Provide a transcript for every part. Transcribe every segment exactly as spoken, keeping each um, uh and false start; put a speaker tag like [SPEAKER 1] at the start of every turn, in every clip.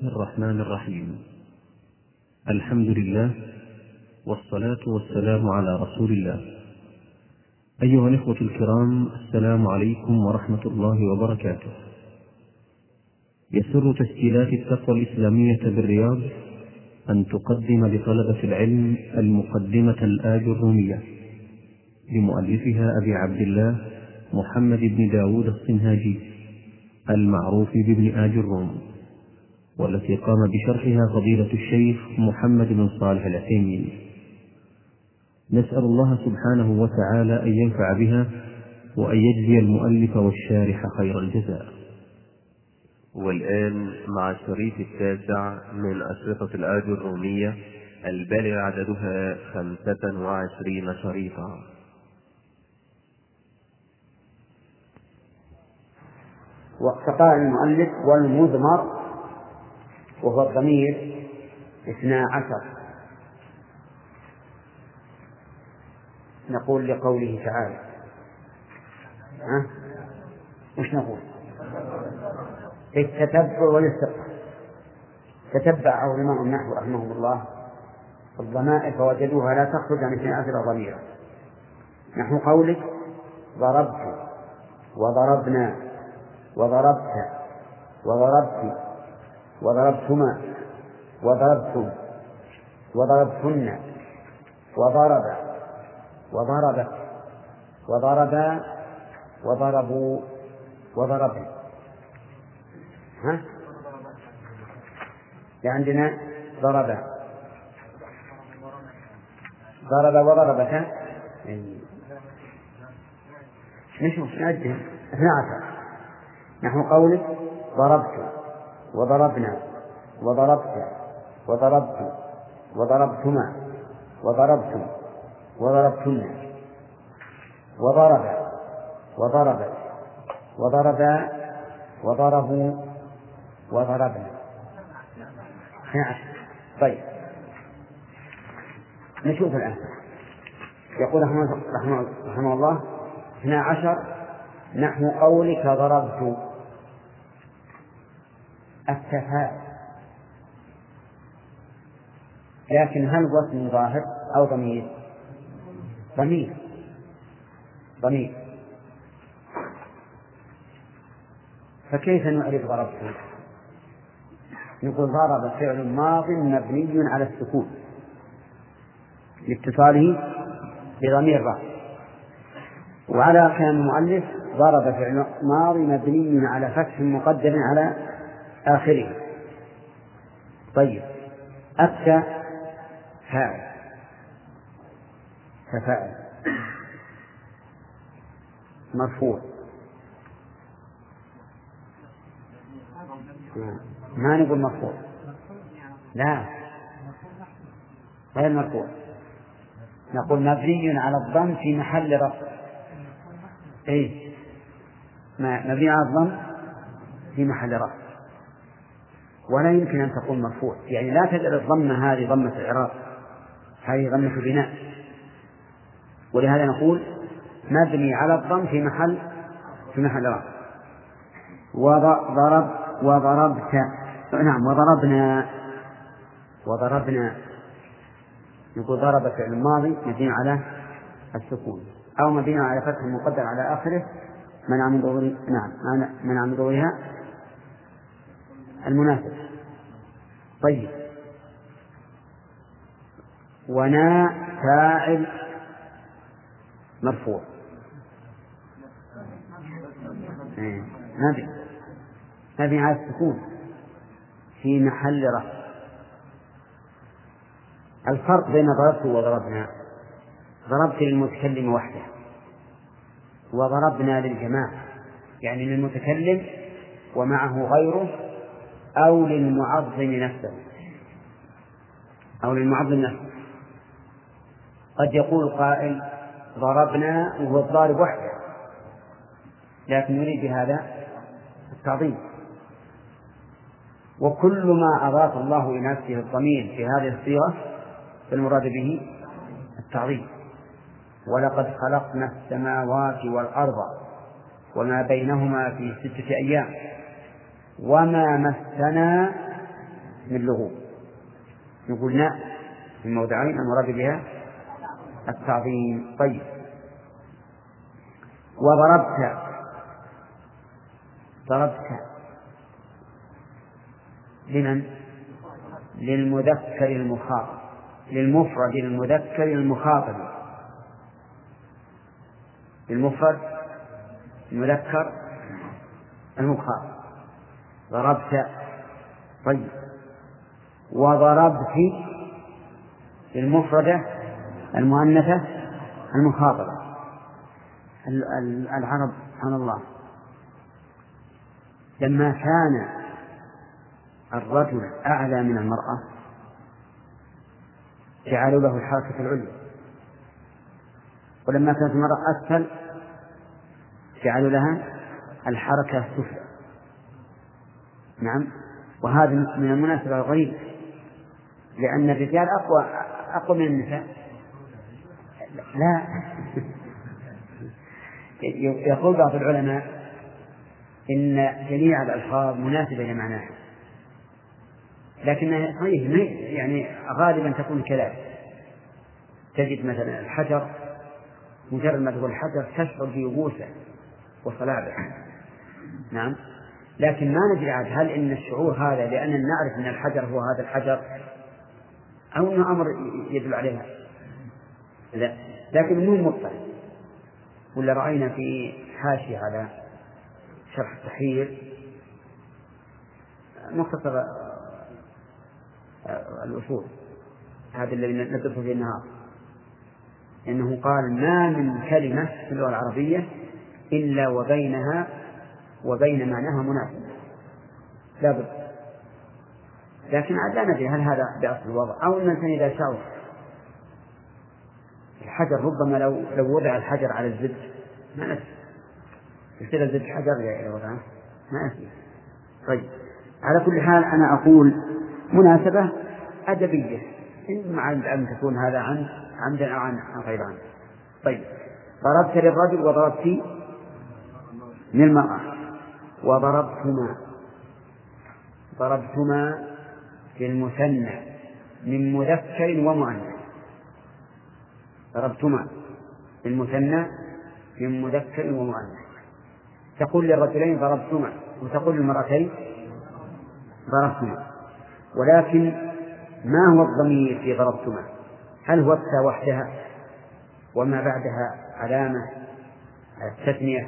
[SPEAKER 1] الرحمن الرحيم. الحمد لله والصلاة والسلام على رسول الله. أيها الإخوة الكرام، السلام عليكم ورحمة الله وبركاته. يسر تسجيلات التقوى الإسلامية بالرياض أن تقدم لطلبة العلم المقدمة الآج الرومية لمؤلفها أبي عبد الله محمد بن داود الصنهاجي المعروف بابن آج الروم، والتي قام بشرحها فضيلة الشيخ محمد بن صالح العثيمين. نسأل الله سبحانه وتعالى أن ينفع بها وأن يجزي المؤلف والشارح خير الجزاء.
[SPEAKER 2] والآن مع الشريط التاسع من أشرطة الآج الرومية البالغ عددها خمسة وعشرين شريطا.
[SPEAKER 3] فقال المؤلف: والمضمر وهو الضمير اثنا عشر. نقول لقوله تعالى ها؟ وش نقول؟ التتبع والاستقراء. تتبع علماء النحو رحمهم الله الضمائر فوجدوها لا تخرج عن اثني عشر ضميرا، نحو قولك: ضربت وضربنا وضربت وضربت وضربتما وضربتم وضربتن وضرب وضربت وضربا وضربوا وضربن. ها؟ عندنا ضرب ضرب وضربت. نشوف نعدهم اثنا عشر، نحو قولك: ضربت وضربنا وضربت وضربت وضربتما وضربتم وضربتن وضرب وضربت وضربا وضربوا وضربنا. طيب نشوف الآن. يقول رحمه, رحمه, رحمه الله: اثنا عشر نحو قولك: ضربت. التفاء، لكن هل وصف ظاهر أو ضمير؟ ضمير ضمير فكيف نعرف ضربته؟ نقول: ضرب فعل ماض مبني على السكون لاتصاله بضمير رفع، وعلى كلام المؤلف ضرب فعل ماض مبني على فتح مقدر على آخره. طيب أتى فاعل ففاعل مرفوع، ما نقول مرفوع، لا غير مرفوع، نقول مبني على الضم في محل رفع. ايه مبني على الضم في محل رفع، ولا يمكن أن تكون مرفوع، يعني لا تجعل الضمة هذه ضمة إعراب، هذه ضمة بناء. ولهذا نقول مبني على الضم في محل في محل رفع. وضرب وضربت، نعم وضربنا وضربنا نقول ضرب فعل الماضي مبني على السكون أو مبني على فتح مقدر على آخره منع من ظهور، نعم منع من ظهورها المناسب. طيب ونا فاعل مرفوع، مبني مبني على السكون في محل رفع. الفرق بين ضربت وضربنا: ضربت للمتكلم وحده، وضربنا للجماعة، يعني للمتكلم ومعه غيره أو للمعظم نفسه أو للمعظم نفسه. قد يقول قائل: ضربنا وهو الضارب وحده، لكن يريد بهذا التعظيم. وكل ما أضاف الله إلى نفسه الضمير في هذه الصيغة فالمراد به التعظيم. ولقد خلقنا السماوات والأرض وما بينهما في ستة أيام وما مسنا من لغو، نقول ناء في الموضعين المراد بها التعظيم. طيب، وضربت، ضربت لمن؟ للمذكر المخاطب، للمفرد المذكر المخاطب، للمفرد المذكر المخاطب. ضربت. طيب، وضربت للمفردة المؤنثة المخاطبة. العرب سبحان الله لما كان الرجل أعلى من المرأة جعلوا له الحركة العليا، ولما كانت المرأة أسفل جعلوا لها الحركة السفلى. نعم، وهذا من المناسبة الغريبة، لأن الرجال أقوى أقوى من النساء. لا يقول بعض العلماء إن جميع الألفاظ مناسبة لمعناها، لكنها صحيح يعني غالبا تكون كذلك. تجد مثلا الحجر مجرد ما تقول الحجر تشعر بيبوسه وصلابه. نعم، لكن ما ندري عاد هل إن الشعور هذا لأننا نعرف أن الحجر هو هذا الحجر أو أنه أمر يدل عليها. لا، لكن مو مطلق. ولا رأينا في حاشية على شرح التحرير مختصر الأصول هذا الذي ندرسه في النهار، إنه قال ما من كلمة في اللغة العربية إلا وبينها وبين معناها مناسبة لا بد. لكن عاد لا ندري هل هذا بأصل الوضع أو أن الإنسان إذا شعر الحجر ربما لو لو وضع الحجر على الزبد ما نسي يصير الزبد حجر إذا وضعه ما نسي. طيب، على كل حال أنا أقول مناسبة أدبية مع أن تكون هذا عن عمدا أو عن غير عمد. طيب، ضربت للرجل وضربت للمرأة وضربتما، ضربتما للمثنى من مذكر ومؤنث. ضربتما للمثنى من مذكر ومؤنث. تقول للرجلين ضربتما وتقول للمرأتين ضربتما، ولكن ما هو الضمير في ضربتما؟ هل هو التاء وحدها وما بعدها علامة التثنية،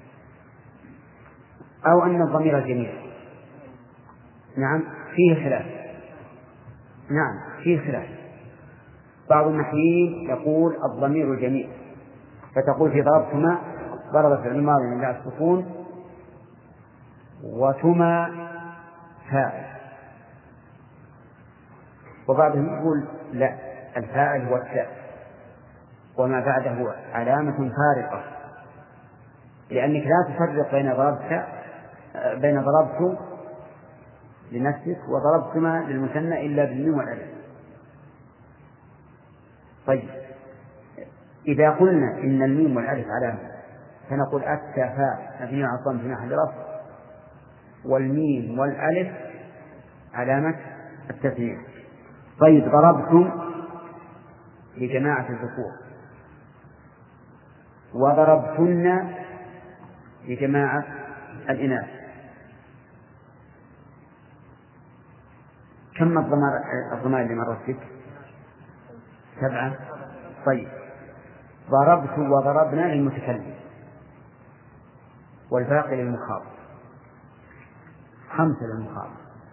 [SPEAKER 3] أو أن الضمير الجميع؟ نعم، فيه خلاف. نعم، فيه خلاف. بعض النحويين يقول الضمير الجميع، فتقول في ضربتما ضرب فعل الماضي من بعد السكون وتما فاعل. وبعضهم يقول لا، الفاعل هو التاء وما بعده علامة فارقة، لأنك لا تفرق بين ضربت بين ضربت لنفسك وضربتما للمثنى إلا بالميم والألف. طيب، إذا قلنا إن الميم والألف علامة فنقول التاء مبني على الضم في محل رفع، والميم والألف علامة التثنية. طيب، ضربتم لجماعة الذكور وضربتن لجماعة الإناث. كم الضمائر الضمائر اللي مرت بك؟ سبعة. طيب، ضربت وضربنا للمتكلم والباقي للمخاطب، خمسة للمخاطب.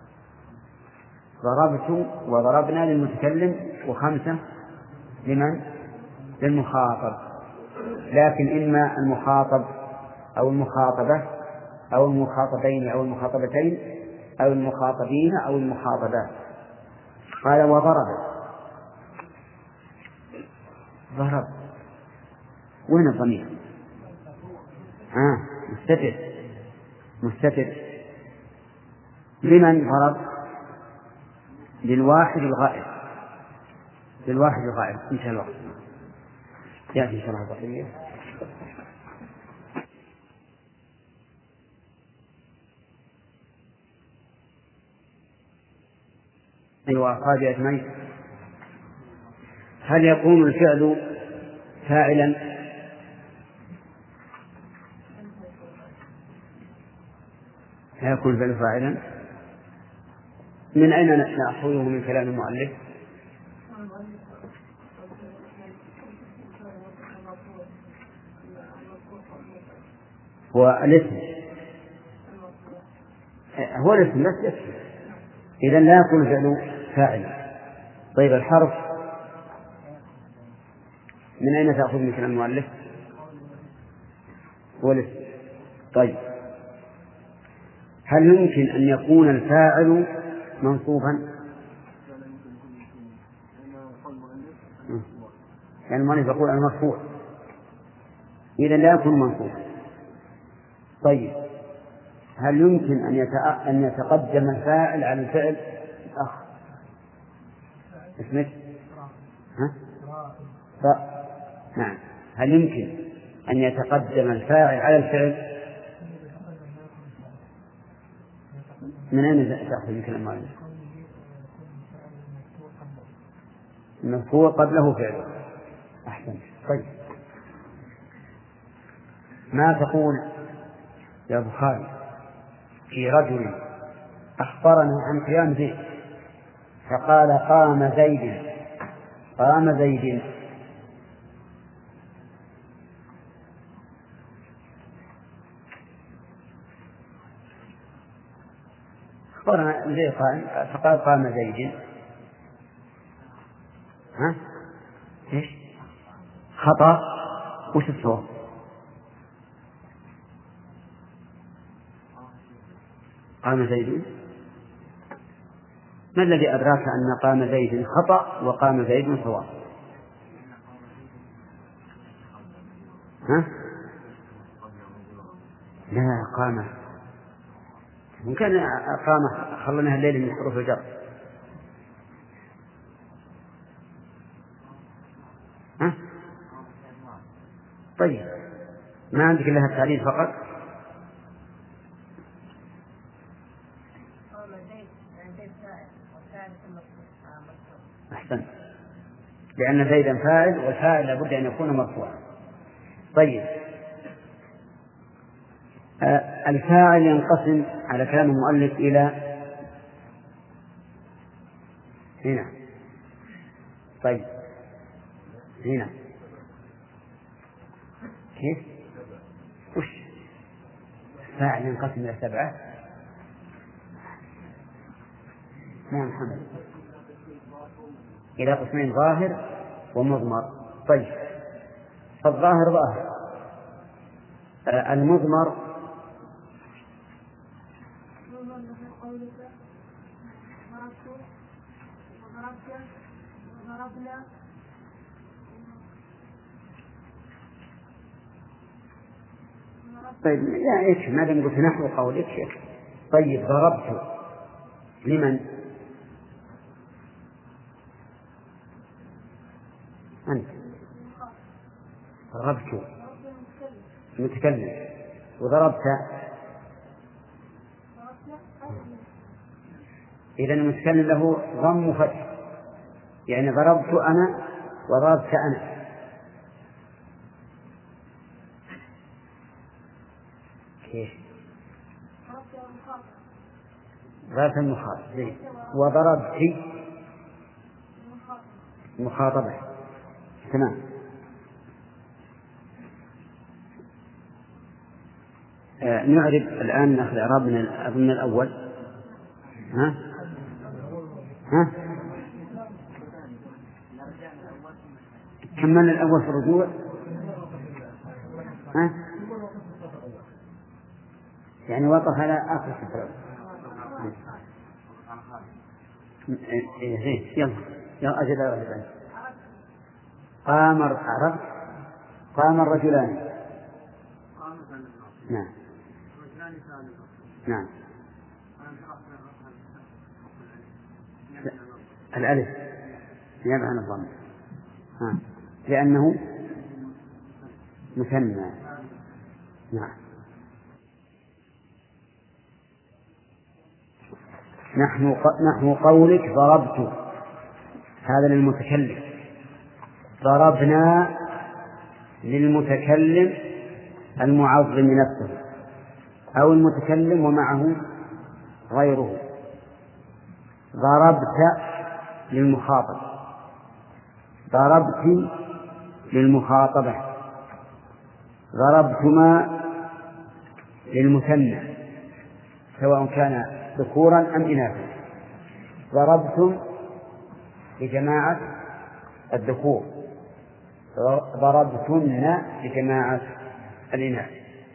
[SPEAKER 3] ضربت وضربنا للمتكلم وخمسة لمن؟ للمخاطب. لكن إما المخاطب أو المخاطبة أو المخاطبين أو المخاطبتين أو المخاطبين أو المخاطبات. قال وضرب، ضرب وين الضمير؟ آه مستتر، مستتر. لمن ضرب؟ للواحد الغائب، للواحد الغائب. انتهى الوقت، يأتي شرح البقية. أيوة أصحابي أجمعين. هل يكون الفعل فاعلا؟ لا يكون الفعل فاعلا. من أين نأخذه من كلام المؤلف؟ هو الاسم هو الاسم بس اسم، إذا لا يكون الفعل فاعلا. طيب الحرف من أين تأخذ من كلام المؤلف؟ هو الاسم. طيب هل يمكن أن يكون الفاعل منصوبا؟ يعني المؤلف يقول المرفوع، إذا لا يكون منصوبا. طيب هل يمكن أن أن يتقدم الفاعل على الفعل؟ أخ اسمك ها؟ ف... نعم. هل يمكن أن يتقدم الفاعل على الفعل؟ من أين تأخذ من كلام المؤلف؟ المذكور قبله فعل. أحسن. طيب ما تقول يا بخاري في رجل أخبرنا عن قيام زيد فقال قام زيد، قام زيد، أخبرنا زيد قائم فقال قام زيد، ها؟ إيش؟ خطأ. وش الصواب؟ قام زيد. ما الذي أدراك أن قام زيد خطأ وقام زيد صواب؟ ها؟ لا قام، إن كان قام خلناها الليل من حروف الجر. ها؟ طيب ما عندك إلا التعليل فقط؟ أحسن، لأن زيدا فاعل والفاعل لابد أن يكون مرفوعا. طيب آه الفاعل ينقسم على كلام المؤلف إلى هنا. طيب هنا كيف؟ وش فاعل ينقسم إلى سبعة؟ نعم محمد، إلى قسمين ظاهر ومضمر. طيب فالظاهر ظاهر، آه المضمر طيب لا إيش ما دام قلت نحو قولك شيء. طيب ضربت لمن؟ أنت. ضربت المتكلم، وضربت إذا المتكلم له ضم وفتح، يعني ضربت أنا وضربت أنا. كيف؟ ضربت المخاطب وضربت مخاطبة. تمام. آه نعرف الآن نأخذ إعراب من أظن الأول. ها؟ ها؟ كملنا الأول في الرجوع. ها؟ يعني وقف على آخر السطر. يلا يلا أجل أجل. قام عرفت قام الرجلان. نعم نعم. الألف نيابة عن الضم، ها لأنه مثنى. نعم. نحن نحو قولك ضربت، هذا للمتكلم. ضربنا للمتكلم المعظم نفسه أو المتكلم ومعه غيره. ضربت للمخاطب، ضربت للمخاطبة، ضربتما للمثنى سواء كان ذكورا أم إناثا. ضربتم لجماعة الذكور، ضربتن لجماعة الإناث.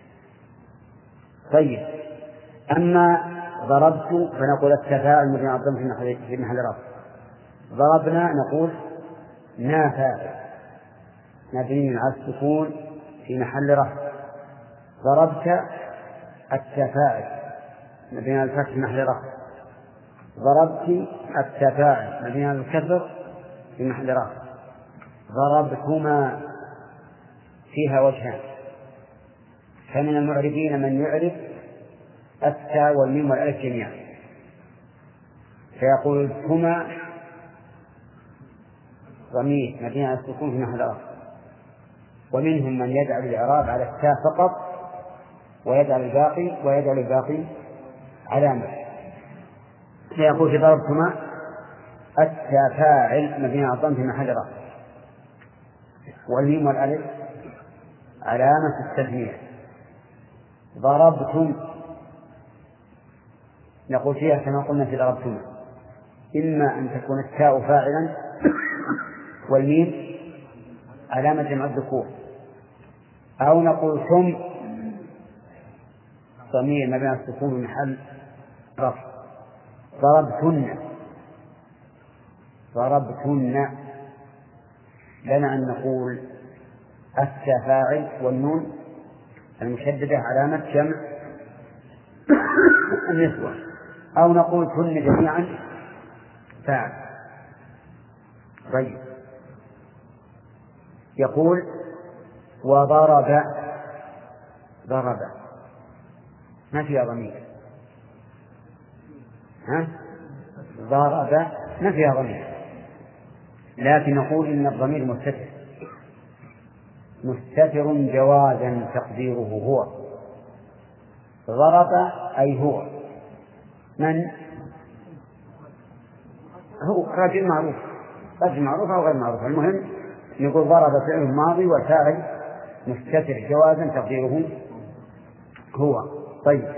[SPEAKER 3] طيب، أما ضربت فنقول التفاعل مبني على الضم في محل رفع. ضربنا نقول نا فاعل مبني على السكون في محل رفع. ضربت التفاعل مبني على الفتح في محل رفع. ضربت التفاعل مبني على الكسر في محل رفع. ضربتما فيها وجهان، فمن المعربين من يعرف التاء والميم والألف جميعا فيقول هما ضمير مبني على السكون في محل رفع. ومنهم من يجعل الإعراب على التاء فقط ويجعل الباقي ويجعل الباقي علامة، فيقول في ضربتما التاء فاعل مبني على الضم في محل رفع، والميم والألف علامة التثنية. ضربتم نقول فيها كما قلنا في ضربتما، إما أن تكون التاء فاعلا والميم علامة جمع الذكور، أو نقول ثم ضمير مبني على السكون في محل رفع. ضربتن ضربتن لنا أن نقول التاء فاعل والنون المشددة علامة جمع النسوة، أو نقول كن جميعا فاعل. طيب، يقول وضرب ضرب ما فيها ضمير، ها؟ ضرب ما فيها ضمير، لكن نقول إن الضمير مستتر مستتر جوازا تقديره هو. ضرب أي هو من هو رجل معروف، رجل معروف أو غير معروف، المهم نقول ضرب فعل ماضي والفاعل مستتر جوازا تقديره هو. طيب،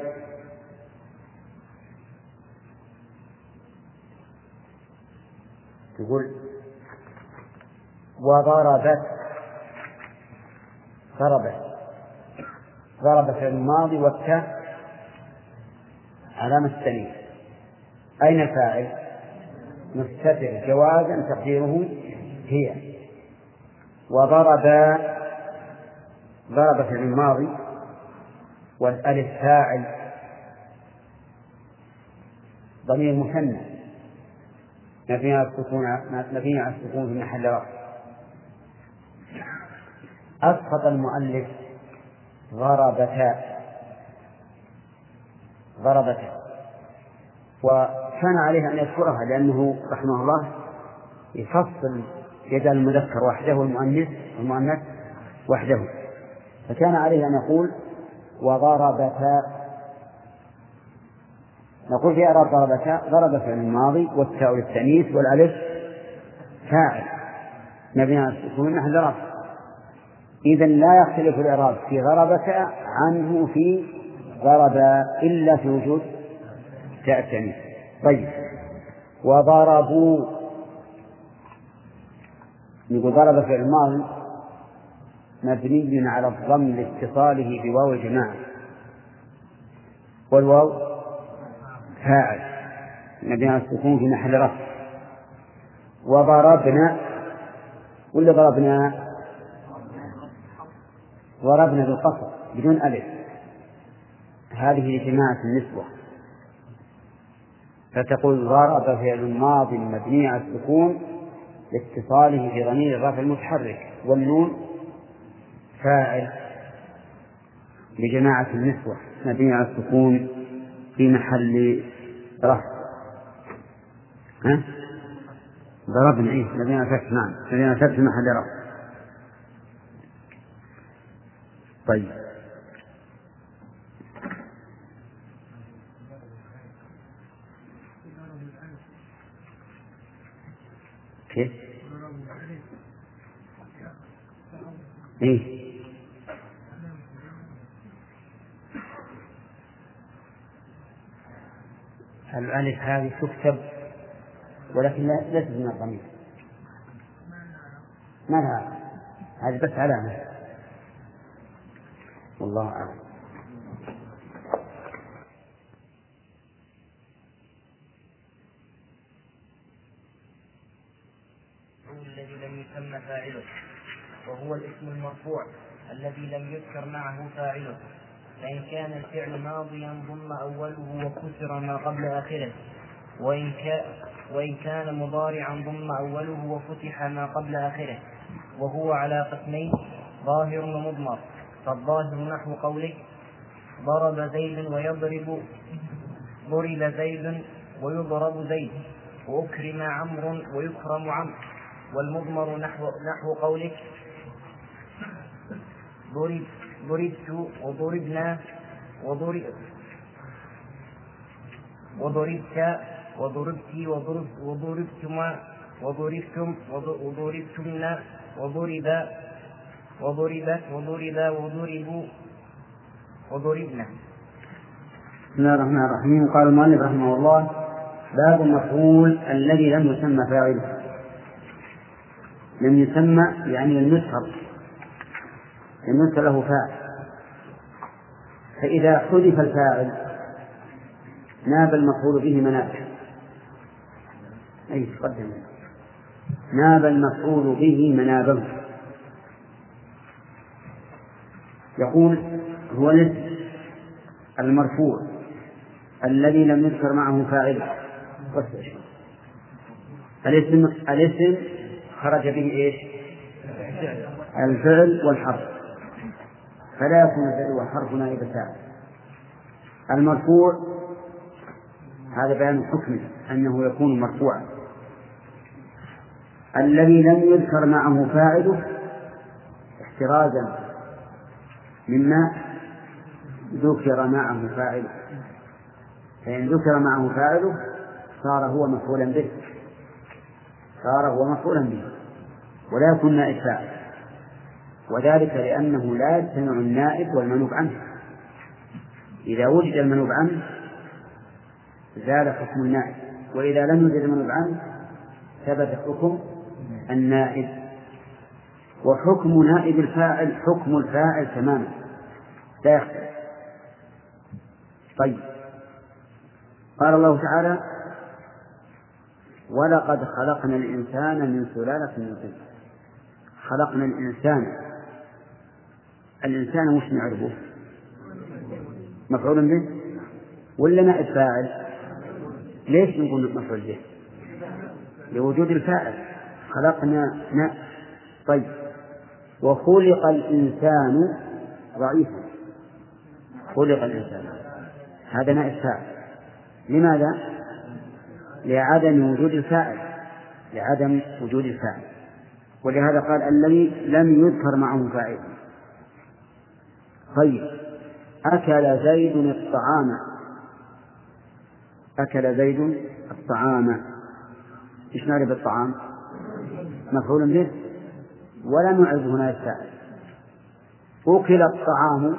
[SPEAKER 3] تقول وضربت ضربت ضرب فعل الماضي والتاء علامة التأنيث. أين الفاعل؟ مستتر جوازا تقديره هي. وضرب ضرب فعل الماضي والألف فاعل ضمير مثنى مبني على السكون مبني على السكون في محل رفع. أسقط المؤلف ضربتا ضربتا، وكان عليه أن يذكرها لأنه رحمه الله يفصل يجعل المذكر وحده والمؤنث والمؤنث وحده، فكان عليه أن يقول وضربتا. نقول في إعراب ضربتا ضرب فعل الماضي والتاء للتأنيث والألف فاعل مبني على السكون محل رفع. إذن لا يختلف الإعراب في ضربتا عنه في ضرب إلا في وجود تاء التأنيث. طيب، وضربوا نقول ضرب فعل الماضي مبني على الضم لاتصاله بواو الجماعة، والواو فاعل مبني على السكون في محل رفع. وضربنا ولا ضربنا ضربنا بالقصر بدون ألف، هذه جماعة النسوة، فتقول ضرب فعل ماض مبني على السكون لاتصاله في ضمير الرفع المتحرك، والنون فاعل لجماعة النسوة مبني على السكون في محل رفع. ها؟ ضربنا إيه الذين أسدت نعم الذين أسدت في محل رفع. طيب كيف؟ إيه؟ الألف هذه تكتب ولكن ليست من الضمير، ما لها، هذه بس علامة. والله أعلم.
[SPEAKER 4] الذي لم يسمى فاعله، وهو الاسم المرفوع الذي لم يذكر معه فاعله، فإن كان الفعل ماضيا ضم أوله وكسر ما قبل آخره، وإن كان وإن كان مضارعا ضم أوله وفتح ما قبل آخره، وهو على قسمين ظاهر ومضمر. فالظاهر نحو قولك ضرب زيد ويضرب، ضرب زيد ويضرب زيد، وأكرم عمرو ويكرم عمرو. والمضمر نحو, نحو قولك ضرب ضربت وضربنا وضرب وضربت وضربتي وضرب وضربتما وضربتم وضربتمنا وضرب وضربت وضرب وضربوا وضربنا.
[SPEAKER 3] بسم الله الرحمن الرحيم. قال المؤلف رحمه الله: باب المفعول الذي لم يسمى فاعله. لم يسمى يعني لم يذكر لم يذكر له فاعل، فإذا حذف الفاعل ناب المفعول به منابه. أي تقدم ناب المفعول به منابه. يقول: هو الاسم المرفوع الذي لم يذكر معه فاعل. الاسم الاسم خرج به ايش؟ الفعل والحرف، فلا يكون الفعل والحرف نائب فاعل. المرفوع هذا بيان حكمه أنه يكون مرفوعا. الذي لم يذكر معه فاعله احترازا مما ذكر معه فاعله، فإن ذكر معه فاعله صار هو مفعولا به صار هو مفعولا به ولا يكون نائب فاعل، وذلك لأنه لا يجتمع النائب والمنوب عنه. إذا وجد المنوب عنه زال حكم النائب، وإذا لم يوجد المنوب عنه ثبت حكم النائب. وحكم نائب الفاعل حكم الفاعل تماما لا يختلف. طيب، قال الله تعالى: ولقد خلقنا الإنسان من سلالة من طين. خلقنا الإنسان، الإنسان مش نعرفه مفعول به ولا نائب فاعل؟ ليش نقول مفعول به؟ لوجود الفاعل. خلقنا نا. طيب، وخلق الإنسان ضعيفا. خلق الإنسان هذا نائب فاعل. لماذا؟ لعدم وجود الفاعل لعدم وجود الفاعل ولهذا قال: الذي لم يذكر معه فاعل. طيب، أكل زيد الطعام. أكل زيد الطعام، إيش نعرف الطعام؟ مفعول به ولا نعرف هنا الفاعل. أكل الطعام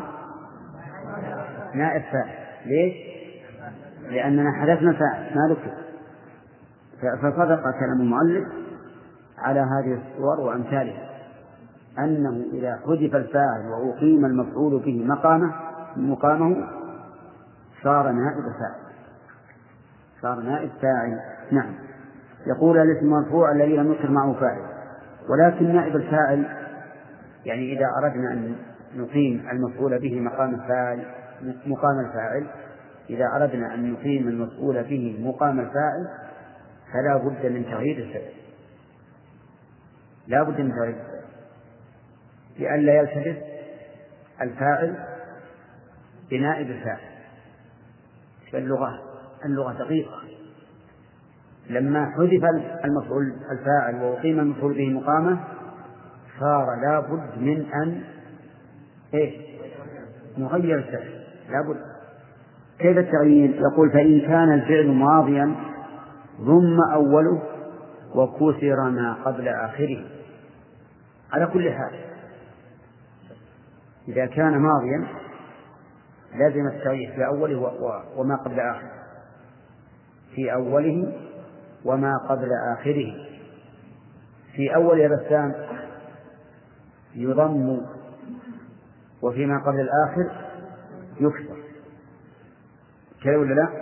[SPEAKER 3] نائب فاعل. ليش؟ لأننا حذفنا فاعل ما ذكر. فصدق كلام المؤلف على هذه الصور وأمثالها، أنه إذا حذف الفاعل وأقيم المفعول به مقامه مقامه صار نائب فاعل صار نائب فاعل نعم. يقول: الاسم مرفوع الذي لم يذكر معه فاعل. ولكن نائب الفاعل يعني إذا أردنا أن نقيم المفعول به مقام الفاعل مقام الفاعل إذا أردنا أن نقيم المفعول به مقام الفاعل فلا بد من تغيير الفعل لا بد من تغيير الفعل لئلا يلتبس الفاعل بنائب الفاعل. فاللغة اللغة دقيقة، لما حذف المفعول الفاعل وأقيم المفعول به مقامه صار لا بد من أن إيه نغير الفعل، لا بد. كيف التغيير؟ يقول فإن كان الفعل ماضيا ضم أوله وكسر ما قبل آخره. على كل حال إذا كان ماضيا لازم التغيير في أوله وما قبل آخره، في أوله وما قبل آخره. في أول يا بسام يضم، وفيما قبل الآخر يكسر، كذا ولا لا؟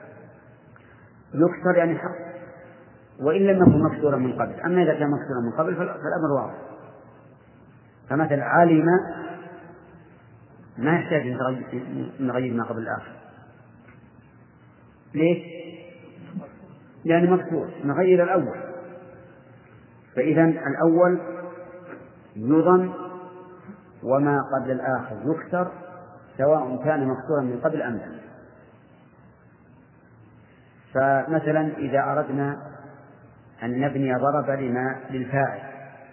[SPEAKER 3] يكسر يعني حق، وإن لم يكن مكسورا من قبل. أما إذا كان مكسورا من قبل فالأمر واضح. فمثل علم ما يحتاج أن نغير ما قبل الآخر. ليش؟ لأنه مكسور، نغير الأول. فإذا الأول يضم وما قبل الآخر يكسر سواء كان مكسورا من قبل أم لا. فمثلا إذا أردنا أن نبني ضرب لما للفاعل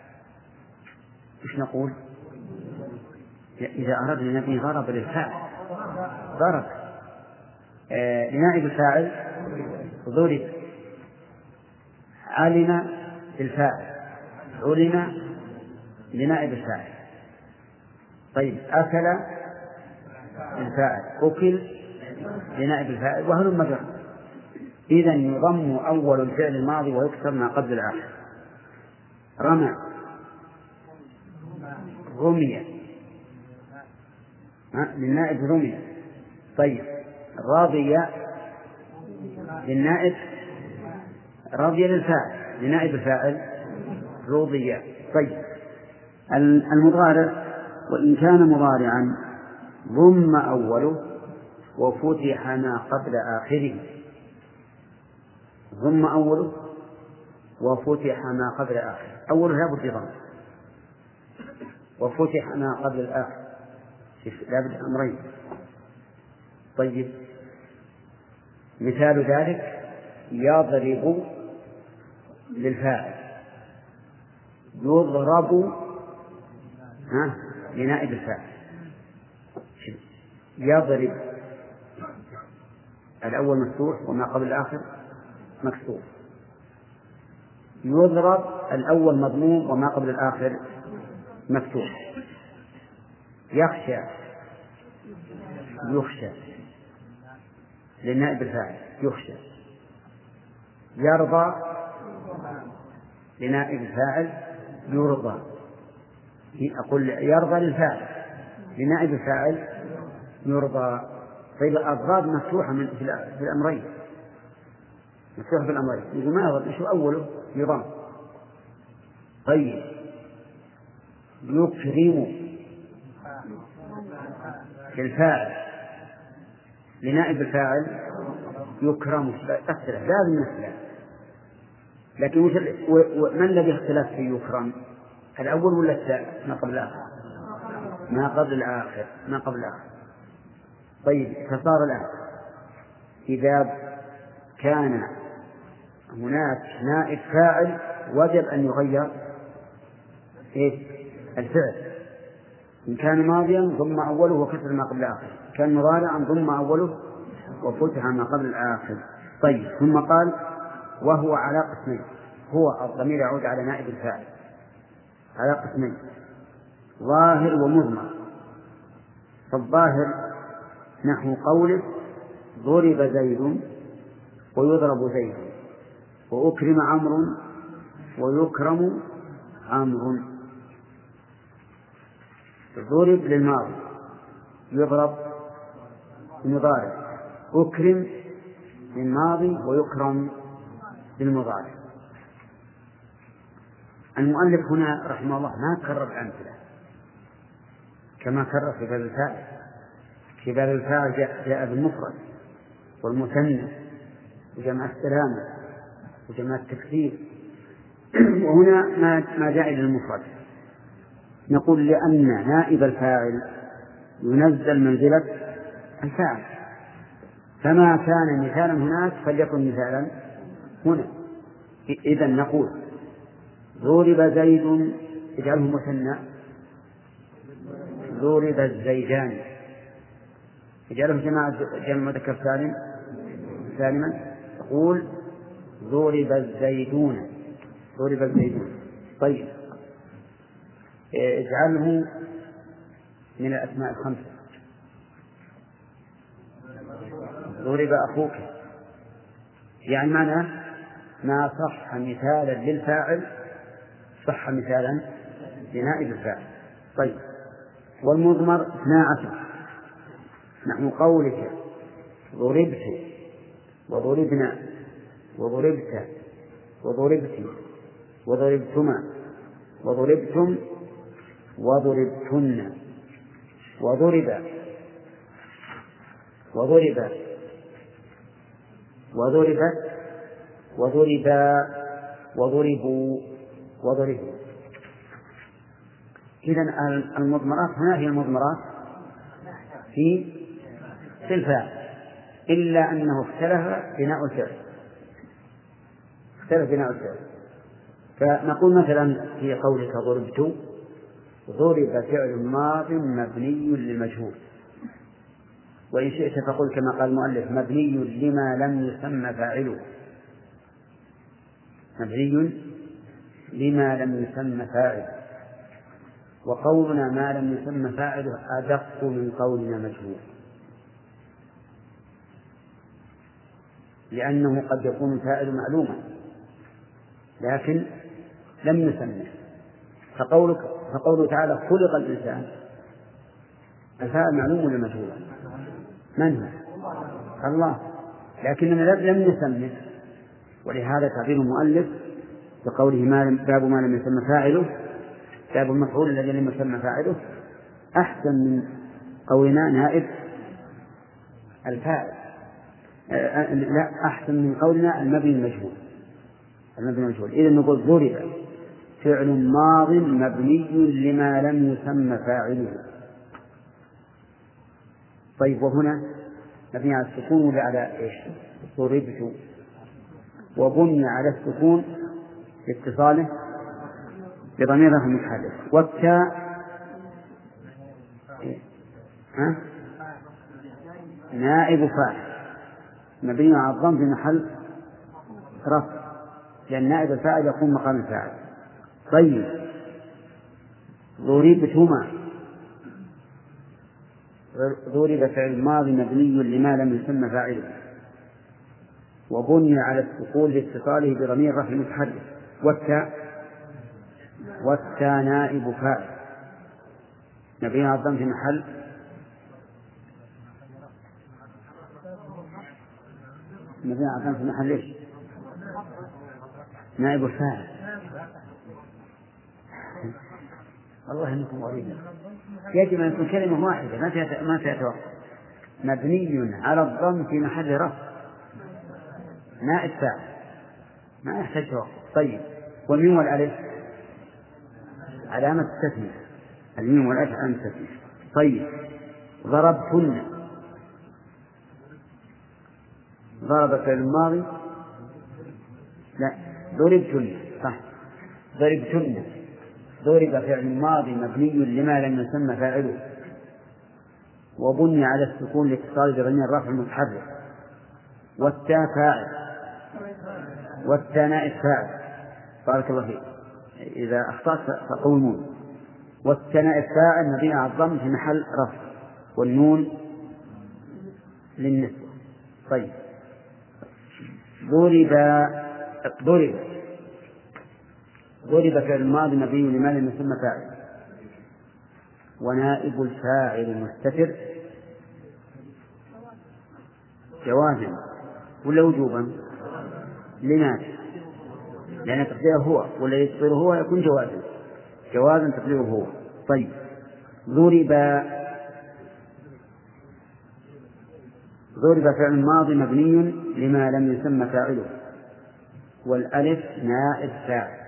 [SPEAKER 3] إيش نقول؟ إذا أردنا نبني ضرب للفاعل ضرب آه لنائب الفاعل ضرب، علم للفاعل علم لنائب الفاعل. طيب أكل الفاعل أكل لنائب الفاعل، وهلم جرا. إذن يضم أول الفعل الماضي ويكسر ما قبل الآخر. رمى رمي للنائب رمي. طيب راضي للنائب راضي للفاعل لنائب الفاعل رضي. طيب المضارع وإن كان مضارعا ضم أوله وفتح ما قبل آخره. ضم أوله وفتح ما قبل آخره. أوله لا بد ضم، وفتح ما قبل الآخر لا بد أمرين. طيب مثال ذلك يضرب للفاعل يضرب ها لنائب الفاعل. يضرب الأول مفتوح وما قبل الآخر مكسور. يضرب الأول مضموم وما قبل الآخر مفتوح. يخشى يخشى للنائب الفاعل يخشى. يرضى لنائب الفاعل يرضى. أقول يرضى للفاعل لنائب الفاعل يرضى. طيب الأضراب مفتوحة من في الأمرين، مفتوحة في الأمرين. يقول ما أضرب شو أوله يضم. طيب يكرم للفاعل لنائب الفاعل يكرم. أسئلة لازم نسأل، لكن ما الذي اختلف في يكرم؟ الأول ولا الثاني؟ ما قبل الآخر ما قبل الآخر ما قبل الآخر. طيب فصار الآن إذا كان هناك نائب فاعل وجب أن يغير إيه؟ الفعل. إن كان ماضيا ضم أوله وكسر ما قبل الآخر، كان مضارعا ضم أوله وفتح ما قبل الآخر. طيب ثم قال وهو على قسمين. هو الضمير يعود على نائب الفاعل على قسمين، ظاهر ومضمر. فالظاهر نحو قوله ضرب زيد ويضرب زيد وأكرم عمرو ويكرم عمرو. ضرب للماضي يضرب للمضارع، أكرم للماضي ويكرم للمضارع. المؤلف هنا رحمه الله ما كرر الأمثلة كما كرر في باب الفاعل. في باب الفاعل جاء بالمفرد والمثنى وجمع السلامة وجمع التكثير، وهنا ما جاء للمفرد. نقول لأن نائب الفاعل ينزل منزلة الفاعل، فما كان مثالا هناك فليكن مثالا هنا. إذا نقول ضرب زيد، اجعله مثنى، ضرب الزيدان، اجعله جماعة جمع مذكر سالم سالما، تقول ضرب الزيدون، ضرب الزيدون. طيب اجعله من الأسماء الخمسة، ضرب أخوك، يعني معنى ما صح مثالا للفاعل صح مثالا لنائب الفاعل. طيب والمضمر اثنا عشر، نحن قولك ضربت وضربنا وضربت وضربت وضربتما وضربتم وضربتن وضرب وضرب وضربت وضربا وضربوا وضربوا. إذن المضمرات هنا هي المضمرات في في الفاعل، إلا أنه اختلف بناء الفعل، اختلف بناء الفعل. فنقول مثلا في قولك ضربت، ضرب فعل ماض مبني للمجهول، وإن شئت فقل كما قال المؤلف مبني لما لم يسمى فاعله، مبني لما لم يسمى فاعله، وقولنا ما لم يسمى فاعله أدق من قولنا مجهول، لأنه قد يكون الفاعل معلوما لكن لم يسمى. فقولك فقوله تعالى خلق الإنسان، الفاعل معلوم ولا مجهول؟ من هو؟ الله، لكننا لم نسمه، ولهذا تعبير المؤلف بقوله ما باب ما لم يسمى فاعله، باب المفعول الذي لم يسمى فاعله أحسن من قولنا نائب الفاعل، لا أحسن من قولنا المبني المجهول، المبني المجهول. إذا نقول ضرب فعل ماض مبني لما لم يسمى فاعله. طيب وهنا مبني على السكون ولا على إيش؟ ضربت، وبني على السكون لاتصاله بضمير رفع متحرك، والتاء ها نائب فاعل مبني على الضم في محل رفع، لأن نائب الفاعل يقوم مقام الفاعل. طيب ضربتما، ضرب فعل ماضي مبني لما لم يسمى فاعله، وبني على السكون لاتصاله بضمير رفع متحرك، والتاء والتاء نائب فاعل مبني على الضم في محل مبني على الضم في محل ايش؟ نائب الفاعل. والله انكم غريبين، يجب ان يكون كلمه واحده ما فيها ما فيها توقف، مبني على الضم في محل رفع نائب فاعل ما يحتاج توقف. طيب والميم والالف علامه التثنيه، الميم والالف علامه التثنيه. طيب ضربتن، ضرب فعل الماضي لا ضربتن صح، ضربتن، ضرب فعل ماضي مبني لما لم يسمى فاعله، وبني على السكون لاتصال بضمير الرفع المتحرك، والتاء فاعل، والتاء نائب فاعل. بارك الله فيك، إذا أخطأت فقومون. والتاء نائب فاعل مبني على الضم في محل رفع، والنون للنسبة. طيب ضرب ضرب ضرب فعل الماضي مبني لما لم يسمى فاعل، ونائب الفاعل مستتر جوازا ولا وجوبا؟ لماذا؟ لأن تقديره هو، ولا يقدره هو يكون جوازا، جوازا تقديره هو. طيب ضرب ضرب فعل ماضي مبني لما لم يسمى فاعله، والألف نائب فاعل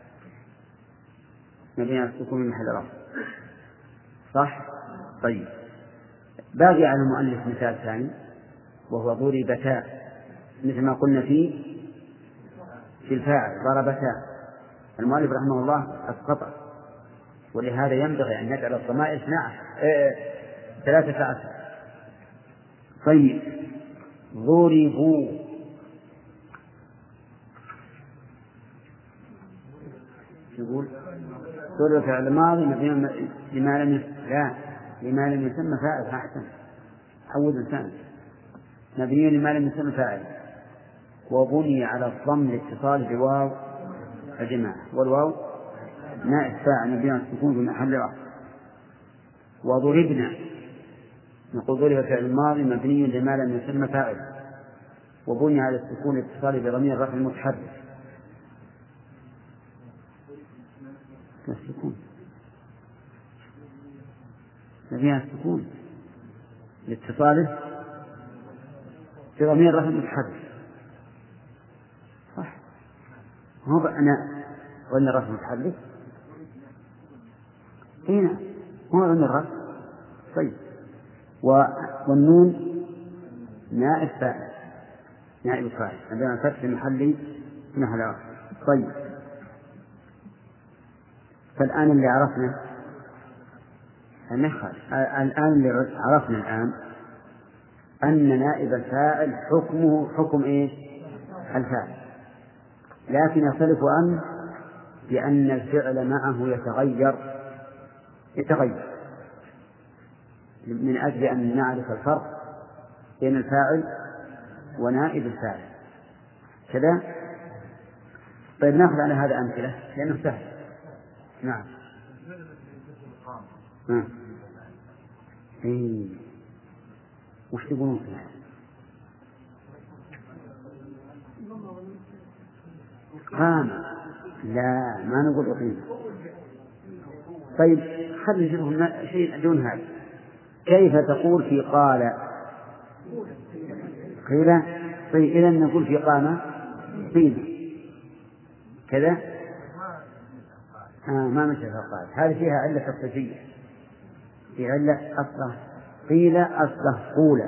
[SPEAKER 3] مبني على السكون من محل رفع صح. طيب باقي على المؤلف مثال ثاني وهو ضربتا، مثل ما قلنا في في الفاعل ضربتا، المؤلف رحمه الله أسقطه، ولهذا ينبغي أن نجعل الضمائر ثلاثة عشر. طيب ضربوا، يقول ضرب فعل ماضي لما لم لا لما لم يسمى فاعل، أحسن عود الثاني، مبني لما لم يسمى فاعل، وبني على الضم لاتصال بواو الجماعة، والواو نائب فاعل مبني على السكون في محل رفع. وضربنا، نقول ضرب فعل ماضي مبني لما لم يسمى فاعل، وبني على السكون لاتصال بضمير الرفع المتحرك. السكون فيها السكون لاتصاله بضمير الرفع المتحرك، صح؟ هو أنا قلنا الرفع المتحرك هنا هو ضمير الرفع. طيب والنون نائب فاعل، نائب فاعل عندنا فتح محلي محل رفع. طيب فالآن اللي عرفنا الآن اللي عرفنا الآن أن نائب الفاعل حكمه حكم إيه؟ الفاعل، لكن يختلف أن بأن الفعل معه يتغير يتغير من أجل أن نعرف الفرق بين الفاعل ونائب الفاعل كذا. طيب نأخذ على هذا أمثلة لأنه سهل. نعم. نعم. إيه. وش تقولون فيها؟ قام. لا ما نقول أقيم. طيب خلي نشوف شيء دون هذا. كيف تقول في قال؟ قيل. طيب إذا نقول في قام قيل كذا. آه ما مثل قال، هذه فيها علة تصريفية، في علة أصله قيل أصله قول،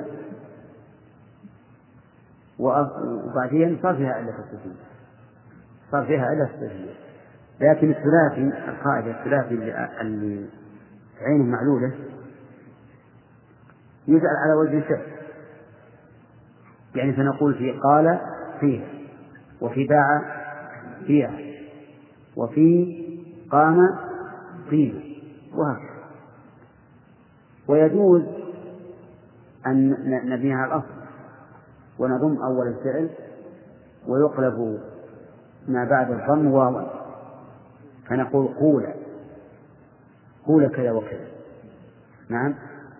[SPEAKER 3] وبعدين صار فيها علة تصريفية، صار فيها علة تصريفية. لكن الثلاثي القاعدة الثلاثي اللي عينه معلولة يجعل على وجه الفعل، يعني فنقول في قال فيه، وفي باع فيها، وفي قام قيل، وهكذا. ويجوز أن نبنيها على الأصل ونضم أول الفعل ويقلب ما بعد الضم واوا، فنقول قول قول كذا وكذا. نعم.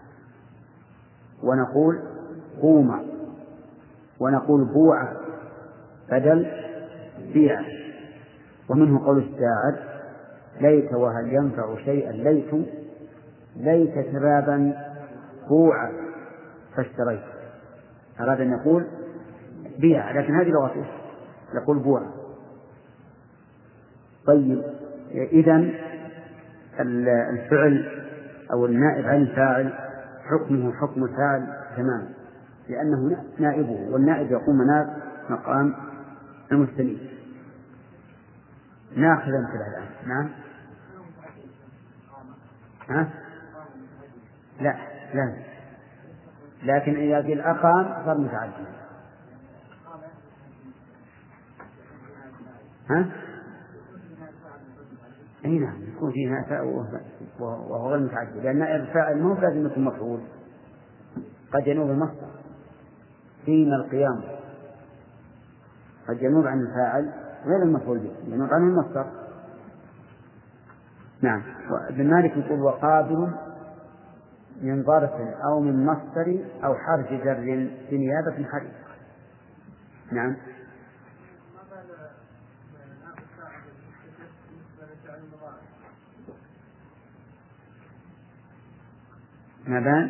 [SPEAKER 3] ونقول قوم، ونقول بوع بدل بيع. ومنه قول الشاعر ليت وهل ينفع شيئا ليت ليت شبابا بوعا فاشتريت، أراد أن يقول بيع لكن هذه لغته، يقول بوعا. طيب إذن الفعل أو النائب عن الفاعل حكمه حكم الفاعل تماما، لأنه نائبه، والنائب يقوم مناب مقام المستنيب. ناخذ أمثلة الآن. نعم. ها؟ لا لا، لكن إذا قيل أقام صار متعدد. ها؟ أي نعم يكون فيها فاء وهو غير متعدد، لأن الفاعل مو لازم يكون مفعول، قد ينوب المصدر فيما القيام، قد ينوب عن الفاعل غير المفعول به، ينوب عنه المصدر. نعم. ابن مالك يقول وقابل من ظرف أو من مصدر أو حرف جر بنيابة حرف. نعم. ما بان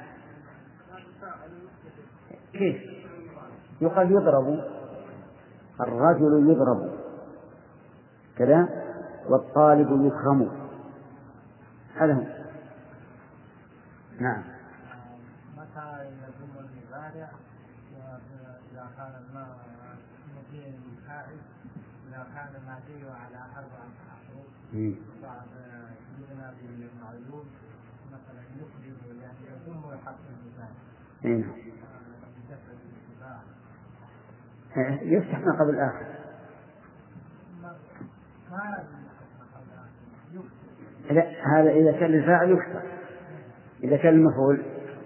[SPEAKER 3] كيف يقال يضرب، الرجل يضرب كذا، والطالب يكرم، هذا هو. نعم.
[SPEAKER 4] متى يجوز المضارع إذا كان الماء مبني للفاعل
[SPEAKER 5] إذا كان المادي على أربعة أحرف بعد يبنى بالمعلوم مثلا يقلب يعني يضم حرف المثال
[SPEAKER 3] يفتح ما قبل الآخر. هذا إذا كان الفاعل يكسر، إذا كان المفعول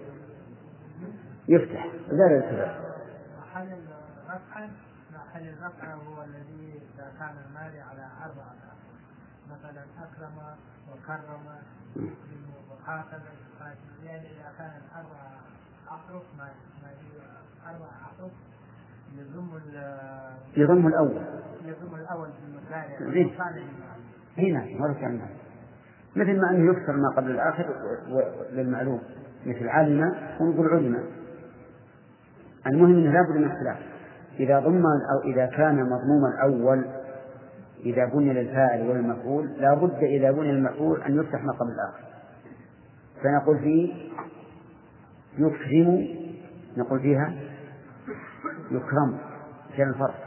[SPEAKER 3] يفتح. لا لا
[SPEAKER 5] محل الرفع محل الرفع هو الذي إذا كان المالي على أربعة أحرف مثلا أكرم وكرم وقاتل، يعني إذا كان أربعة أحرف ما أربعة أحرف يضم
[SPEAKER 3] يضم الأول
[SPEAKER 5] يضم الأول في المثال
[SPEAKER 3] هنا مرة ثانية، مثل ما أنه يكسر ما قبل الآخر للمعلوم مثل علم ونقول علم. المهم أنه لا بد من اختلاف. إذا ضم أو إذا كان مضموم الأول إذا بني للفاعل والمفعول لا بد إذا بني المفعول أن يفتح ما قبل الآخر. فنقول فيه يكرم، نقول فيها يكرم. كان الفرق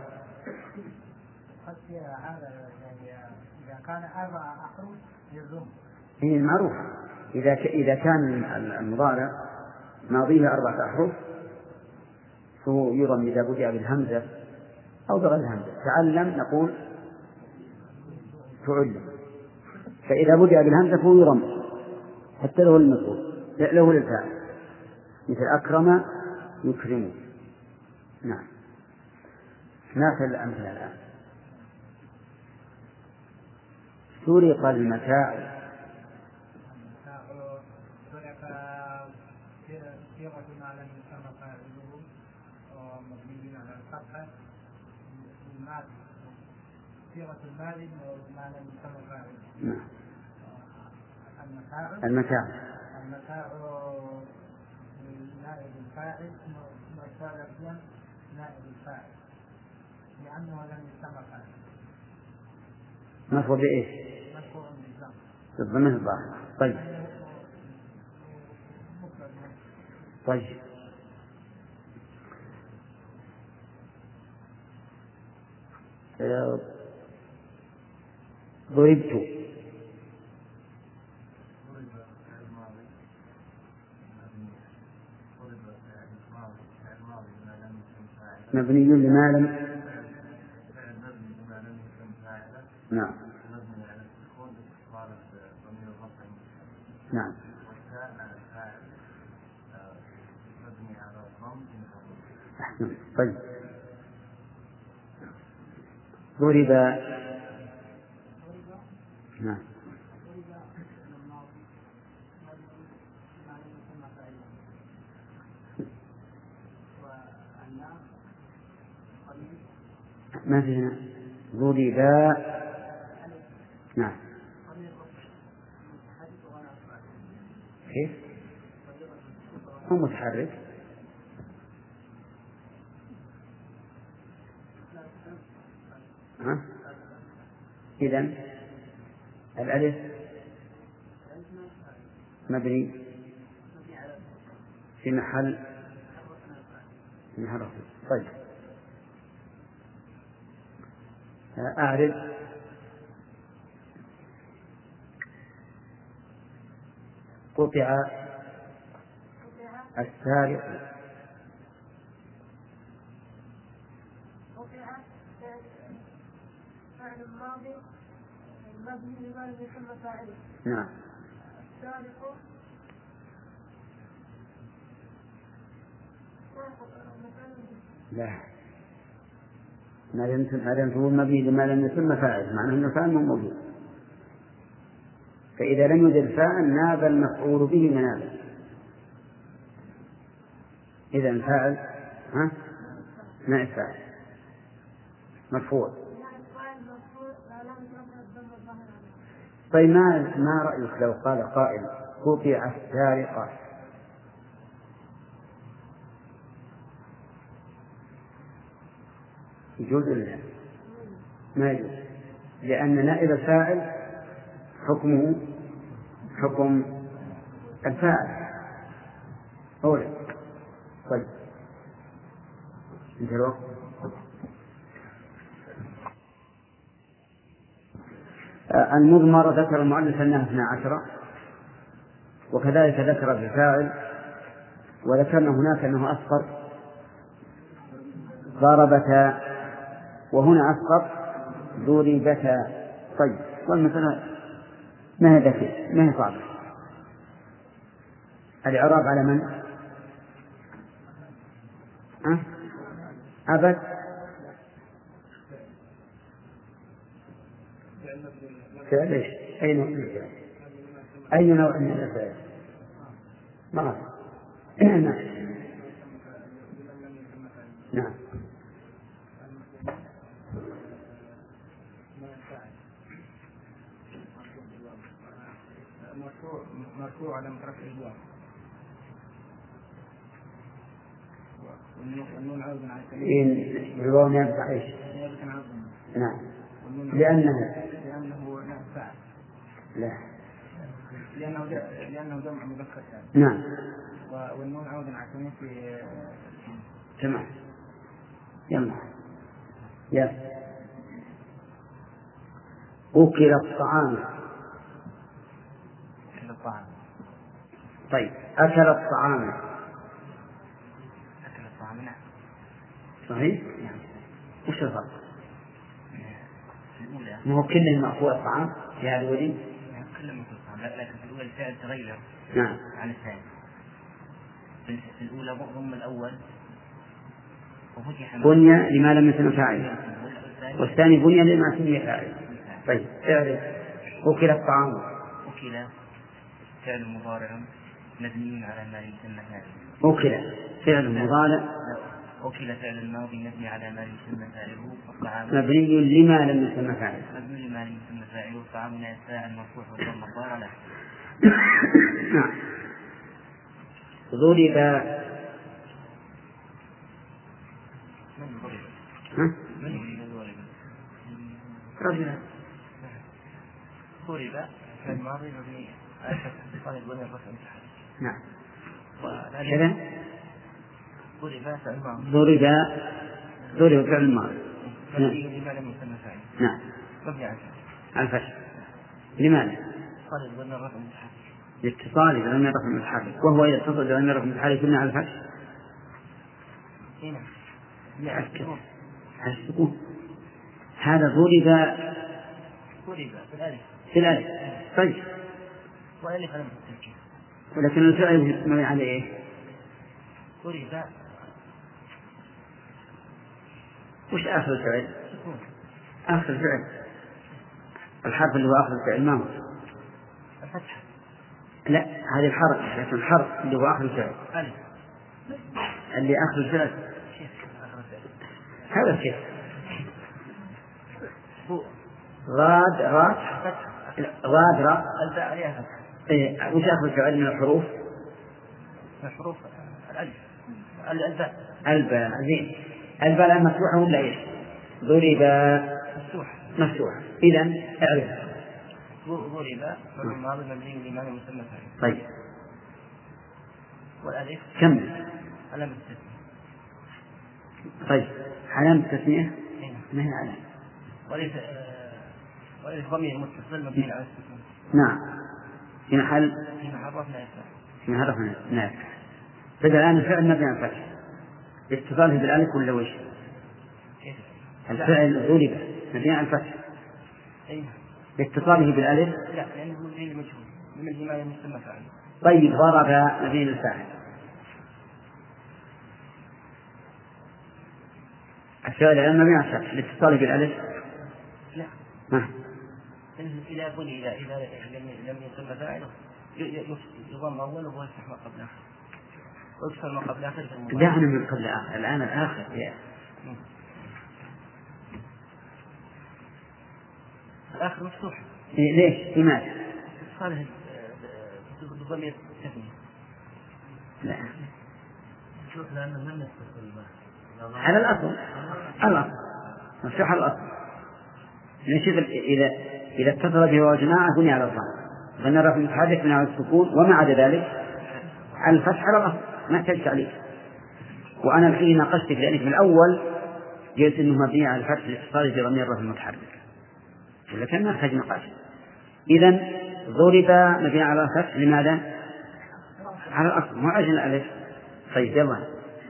[SPEAKER 5] إذا كان أربعة أحرف يضم
[SPEAKER 3] هي المعروف. إذا إذا كان المضارع ماضيه أربعة أحرف فهو يضم إذا بدأ بالهمزة أو بغير الهمزة. تعلم نقول تعلم، فإذا بدأ بالهمزة فهو يضم حتى له المفعول له للفاعل مثل أكرم يكرم. نعم. ناخذ الأمثلة الآن. سرق المتاع.
[SPEAKER 5] صيغة ما لم يسمى فاعله ومبني على الفتحة الماضي، صيغة الماضي ما لم يسمى فاعله. المتاع
[SPEAKER 3] المتاع
[SPEAKER 5] المتاع نائب الفاعل مرفوع نائب الفاعل لأنه لم يسمى فاعل.
[SPEAKER 3] مرفوع بإيش؟
[SPEAKER 5] مرفوع بالضم.
[SPEAKER 3] بالضم الظاهر. طيب طيب ضربت. مبني لما لم نعم نعم أحسن. طيب ضرب. نعم ما في هنا ضرب. نعم كيف هو متحرك ها؟ إذن الألف مبني في محل في محل. طيب أعرض. قطع السارق.
[SPEAKER 5] فعل الماضي مبني لما لم يسمى فاعله.
[SPEAKER 3] نعم.
[SPEAKER 5] السارق
[SPEAKER 3] لا ما لم تقول مبني لما لم يسمى فاعل معناه أنه فاعل مو موجود. فإذا لم يوجد فاعل ناب المفعول به منابه. إذا الفاعل ها نائب فاعل مرفوع. طيب ما ما رأيك لو قال قائل قطع السارقة؟ يجوز ولا ما يجوز؟ لأن نائب الفاعل حكمه حكم الفاعل أولا. طيب انتهى الوقت. المضمر ذكر المؤلف أنها اثنا عشر، وكذلك ذكر الفاعل، وذكرنا هناك أنه أسقط ضربتا، وهنا أسقط ضربتا. طيب، والمسألة ما هي ذكية، ما هي صعبة. الإعراب على من؟ أه؟ أبد فعل إيش؟ أي نوع من الفعل؟ أي نوع من الفعل؟ ما نعم نعم
[SPEAKER 5] مرفوع على رفع الواو، والنون عوض عن
[SPEAKER 3] الكلمة. الواو يرفع إيش؟ نعم، لأنه
[SPEAKER 5] لأنه فاعل.
[SPEAKER 3] لا،
[SPEAKER 5] لأنه لأنه جمع مذكر سالم.
[SPEAKER 3] نعم،
[SPEAKER 5] والنون عوض عن في
[SPEAKER 3] تمام. يلا يلا أكل الطعام.
[SPEAKER 4] أكل الطعام.
[SPEAKER 3] طيب، أكل الطعام.
[SPEAKER 4] أكل الطعام. نعم.
[SPEAKER 3] صحيح؟
[SPEAKER 4] نعم.
[SPEAKER 3] وش الفرق؟
[SPEAKER 4] الأولى
[SPEAKER 3] ما هو كله مأكول الطعام في هذا الولي؟
[SPEAKER 4] كله مأكول الطعام، لكن في الأولى الفعل تغير
[SPEAKER 3] نعم
[SPEAKER 4] عن الثاني. في الأولى ضم الأول وفتح
[SPEAKER 3] بني لما لم يسمى فاعل، والثاني بني لما سمي فاعل. طيب، تعرف أكل الطعام.
[SPEAKER 4] أكل فعل مضارع مبني على ما يسمى فاعل.
[SPEAKER 3] أكل فعل مضارع.
[SPEAKER 4] أكل فعل ماضي مبني على ما يسمى فاعله. الطعام
[SPEAKER 3] مبني لما لم يسمى فاعل.
[SPEAKER 4] مبني لما لم يسمى فاعله. الطعام من الفاعل مرفوع والضم الضار له.
[SPEAKER 3] نعم. ضرب.
[SPEAKER 4] من ضرب؟
[SPEAKER 3] ها؟
[SPEAKER 4] من ضرب؟
[SPEAKER 3] رجلا.
[SPEAKER 4] ضرب فعل ماضي مبني على اتصال البنية الرفع المتحرك.
[SPEAKER 3] نعم.
[SPEAKER 4] كذا ضرب فعل ماضي.
[SPEAKER 3] ضرب ضرب فعل ماضي
[SPEAKER 4] مبني لما لم يسمى فاعل.
[SPEAKER 3] نعم.
[SPEAKER 4] مبني على
[SPEAKER 3] الفتح. لماذا؟
[SPEAKER 4] اتصال البنية الرفع المتحرك.
[SPEAKER 3] لاتصال بضمير الرفع المتحرك، وهو إذا اتصل بضمير الرفع المتحرك يبنى على الفتح.
[SPEAKER 4] هنا
[SPEAKER 3] على السكون. على السكون. هذا ضرب
[SPEAKER 4] ضرب في الألف.
[SPEAKER 3] في الألف. طيب.
[SPEAKER 4] والألف علامة التركيب.
[SPEAKER 3] ولكن الفعل مبني على إيه؟
[SPEAKER 4] ضرب.
[SPEAKER 3] وش آخر الفعل؟
[SPEAKER 4] سكون.
[SPEAKER 3] آخر الفعل الحرف اللي هو آخر الفعل ما هو؟
[SPEAKER 4] الفتحة.
[SPEAKER 3] لا، هذه الحرف، لكن الحرف اللي هو آخر الفعل.
[SPEAKER 4] ألف.
[SPEAKER 3] اللي آخر الفعل. هذا الشيء. غاد رات. غاد رات.
[SPEAKER 4] الباء عليها فتحة.
[SPEAKER 3] إيه، وش آخر الفعل من الحروف؟
[SPEAKER 4] من الحروف الألف. الباء.
[SPEAKER 3] الباء. زين. الباء الآن مفتوحة ولا إيش؟ ضرب
[SPEAKER 4] مفتوح.
[SPEAKER 3] مفتوح. إذن اعرف.
[SPEAKER 4] ضرب فعل ماضي مبني لما لم يسمى فاعل.
[SPEAKER 3] طيب.
[SPEAKER 4] والألف
[SPEAKER 3] كمل.
[SPEAKER 4] علامة التسمية.
[SPEAKER 3] طيب، علامة التسمية؟
[SPEAKER 4] هنا.
[SPEAKER 3] ما هي علامة؟
[SPEAKER 4] وليس وليس ضمير متصل مبني على السكون.
[SPEAKER 3] نعم. في محل
[SPEAKER 4] في محل رفع نافع.
[SPEAKER 3] في محل رفع نافع. بدأ الآن الفعل مبني على الفتح. اتصاله بالألف ولا وش؟
[SPEAKER 4] كيف؟
[SPEAKER 3] الفعل ضرب مبني على الفتح.
[SPEAKER 4] أي.
[SPEAKER 3] باتصاله بالألف.
[SPEAKER 4] لا، لأنه مبني مجهول من ما يسمى فاعل.
[SPEAKER 3] طيب، ضرب مبني للفاعل. الفعل الآن مبني على الفتح باتصاله بالألف.
[SPEAKER 4] لا.
[SPEAKER 3] ها.
[SPEAKER 4] إذا بني إذا إذا لم لم يسمى فاعله يضم أوله ويفتح ما قبل آخر ويكسر ما قبل آخر في المضارع.
[SPEAKER 3] دعنا من قبل آخر، الآن الآخر يا
[SPEAKER 4] الآخر مفتوح.
[SPEAKER 3] إيه، ليش؟ لماذا؟
[SPEAKER 4] صالح بضمير تثنية.
[SPEAKER 3] لا،
[SPEAKER 5] شوف لأنه لم يتصل به.
[SPEAKER 3] على الأصل. الأصل مفتوح على الأصل. نشوف إذا إذا اتصل به وجماعة بني على الضم، ظن الرفع المتحرك من على السكون، وما عدا ذلك على الفتح على الأصل، ما يحتاج تعليق. وأنا الحين ناقشتك لأنك من الأول قلت إنه مبني على الفتح لاتصاله بضمير الرفع المتحرك، إذا كان ما يحتاج نقاش. إذن ضرب مبني على الفتح لماذا؟ على الأصل مو عشان الألف. طيب يلا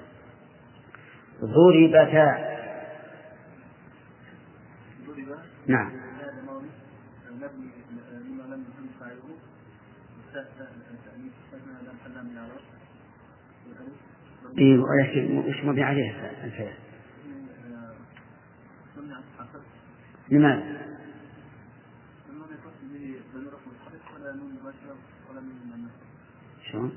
[SPEAKER 3] ضربتا. نعم إيه وش مبني عليه الفعل؟ لماذا؟ شلون؟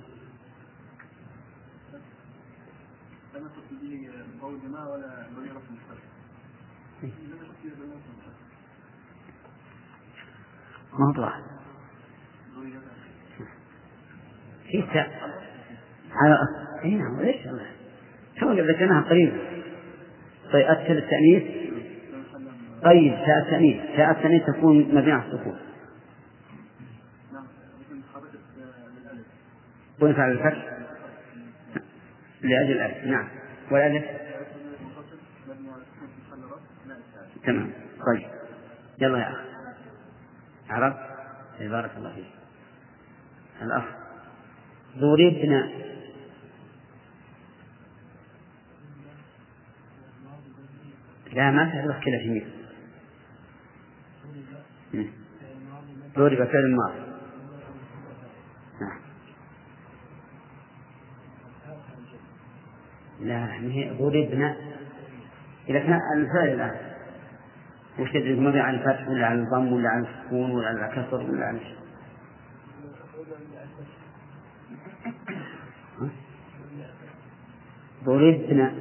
[SPEAKER 3] موضوع في تاء على اي نعم ليش الله تو ذكرناها قريبا. طيب أكثر التأنيث. طيب تاء التأنيث تاء التأنيث تكون مبنية على السكون وينفع الفتح لأجل الألف. نعم والألف تمام. طيب يلا يا أخ عرب بارك الله فيك. الأخ ضربنا لا ما تعرف كذا في ميل ضرب فعل الماضي. نعم لا هي ضربنا إذا كان الفعل الآن وش تدري مبني على الفتح ولا على الضم ولا على السكون ولا على الكسر ولا على شيء؟ ضربنا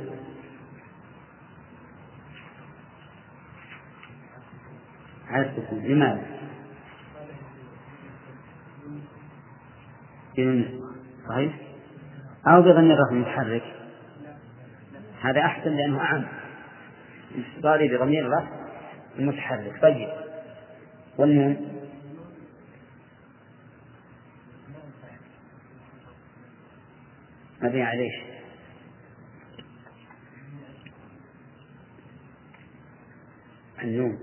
[SPEAKER 3] على السكون. لماذا؟ صحيح أو بغن الرفع المتحرك هذا أحسن لأنه أعم ضاري بضمير الرفع المتحرك. طيب والنون مبني عليه النون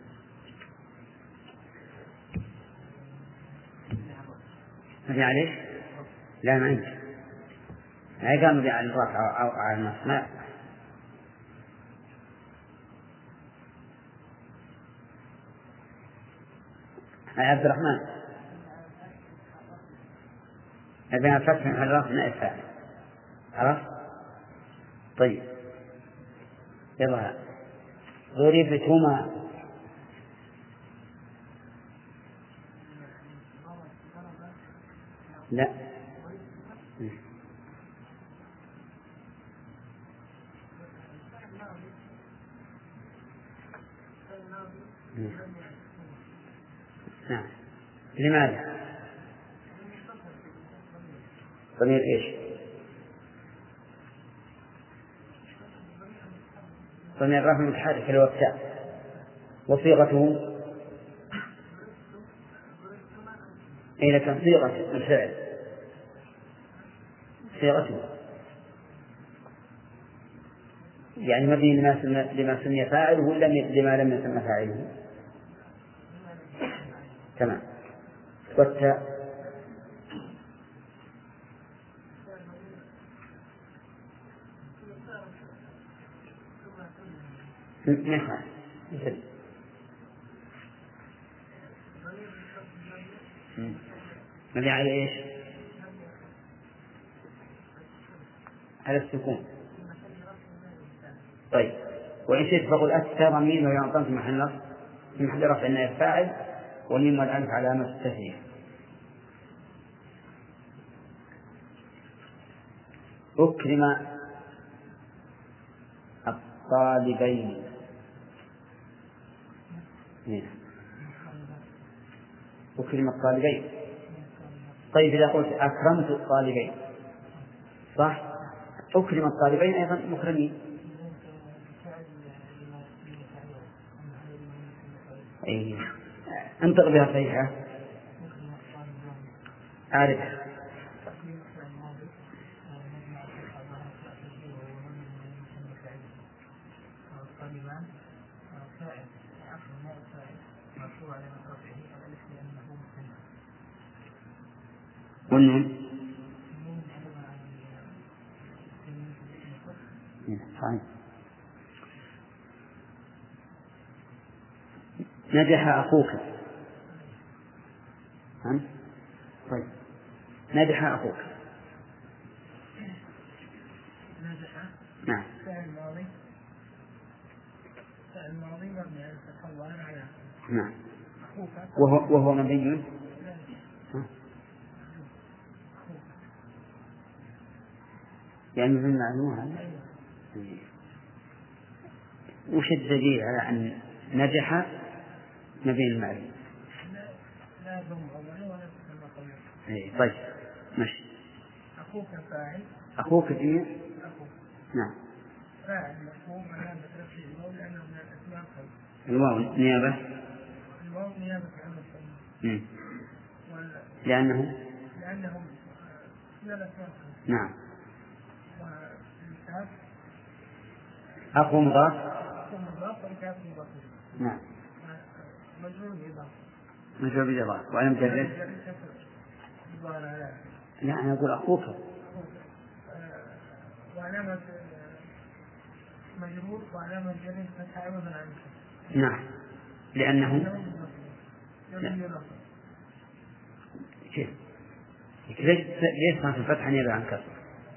[SPEAKER 3] مبني عليه لا ما عندي ما قام مبني على الرفع أو على النصب. ما يا عبد الرحمن مبني على الفتح على الرفع نائب فاعل. عرفت؟ طيب يلا ضربتما لا نعم لماذا؟ ضمير ايش؟ ضمير الرفع المتحرك اللي هو التاء وصيغته أي لكن صيغة الفعل صيغته يعني مبني لما سمي فاعله ولا لما لم يسمى فاعله؟ تمام. والتاء نفعل مثل مبني على ايش؟ على السكون. طيب وإن شئت فقل أتى ضمير ويعطى في محل نصب في محل رفع النائب فاعل والميم والألف علامة التثنية. أكرم الطالبين. أكرم الطالبين. طيب إذا قلت أكرمت الطالبين صح؟ أكرم الطالبين أيضا مكرمين. أي انطق بها صحيحة أعرف. والنون صحيح. نجح أخوك. ها؟ طيب نجح أخوك.
[SPEAKER 5] نجح.
[SPEAKER 3] نعم.
[SPEAKER 5] فعل ماضي. فعل ماضي مبني على الفتح الظاهر على.
[SPEAKER 3] نعم.
[SPEAKER 5] أخوك.
[SPEAKER 3] وهو وهو مبني. يعني من المعلومة هذا. وش الدليل على أن نجح مبين المعلومة؟
[SPEAKER 5] لا يضم أولا ولا تسمى قولا.
[SPEAKER 3] إيه طيب ماشي.
[SPEAKER 5] أخوك فاعل.
[SPEAKER 3] أخوك إيه؟
[SPEAKER 5] أخوك.
[SPEAKER 3] نعم.
[SPEAKER 5] فاعل مفهوم علامة رفعه الواو لأنه من الأسماء الخمسة.
[SPEAKER 3] الواو نيابة.
[SPEAKER 5] الواو نيابة عن الضمير.
[SPEAKER 3] لأنه.
[SPEAKER 5] لأنه من الأسماء الخمسة.
[SPEAKER 3] نعم.
[SPEAKER 5] والكاف.
[SPEAKER 3] أخو مضاف.
[SPEAKER 5] أخو مضاف والكاف مضاف.
[SPEAKER 3] نعم.
[SPEAKER 5] مجرور بإضافة.
[SPEAKER 3] مجرور بإضافة. وعلى مجرد. لا أنا أقول أخوك.
[SPEAKER 5] وعلامة مجرور وعلامة جر فتحة عوضا عن.
[SPEAKER 3] نعم. لأنه. كيف؟ ليش ليش صارت الفتحة نيابة عن كسر؟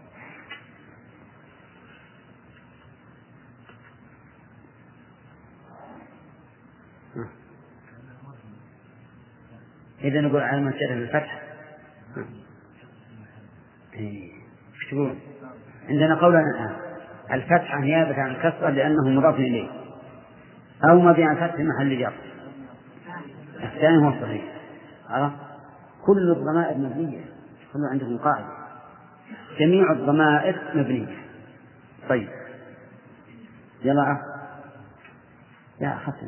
[SPEAKER 3] إذا نقول علامة جر الفتح. إيه. إيش تقول؟ عندنا قولا الآن الفتحة نيابة عن الكسرة لأنه مضاف إليه أو مبني على الفتح في محل جر. الثاني هو الصحيح. عرفت؟ كل الضمائر مبنية. كل عندكم قاعدة جميع الضمائر مبنية. طيب يلا عف. يا أخذت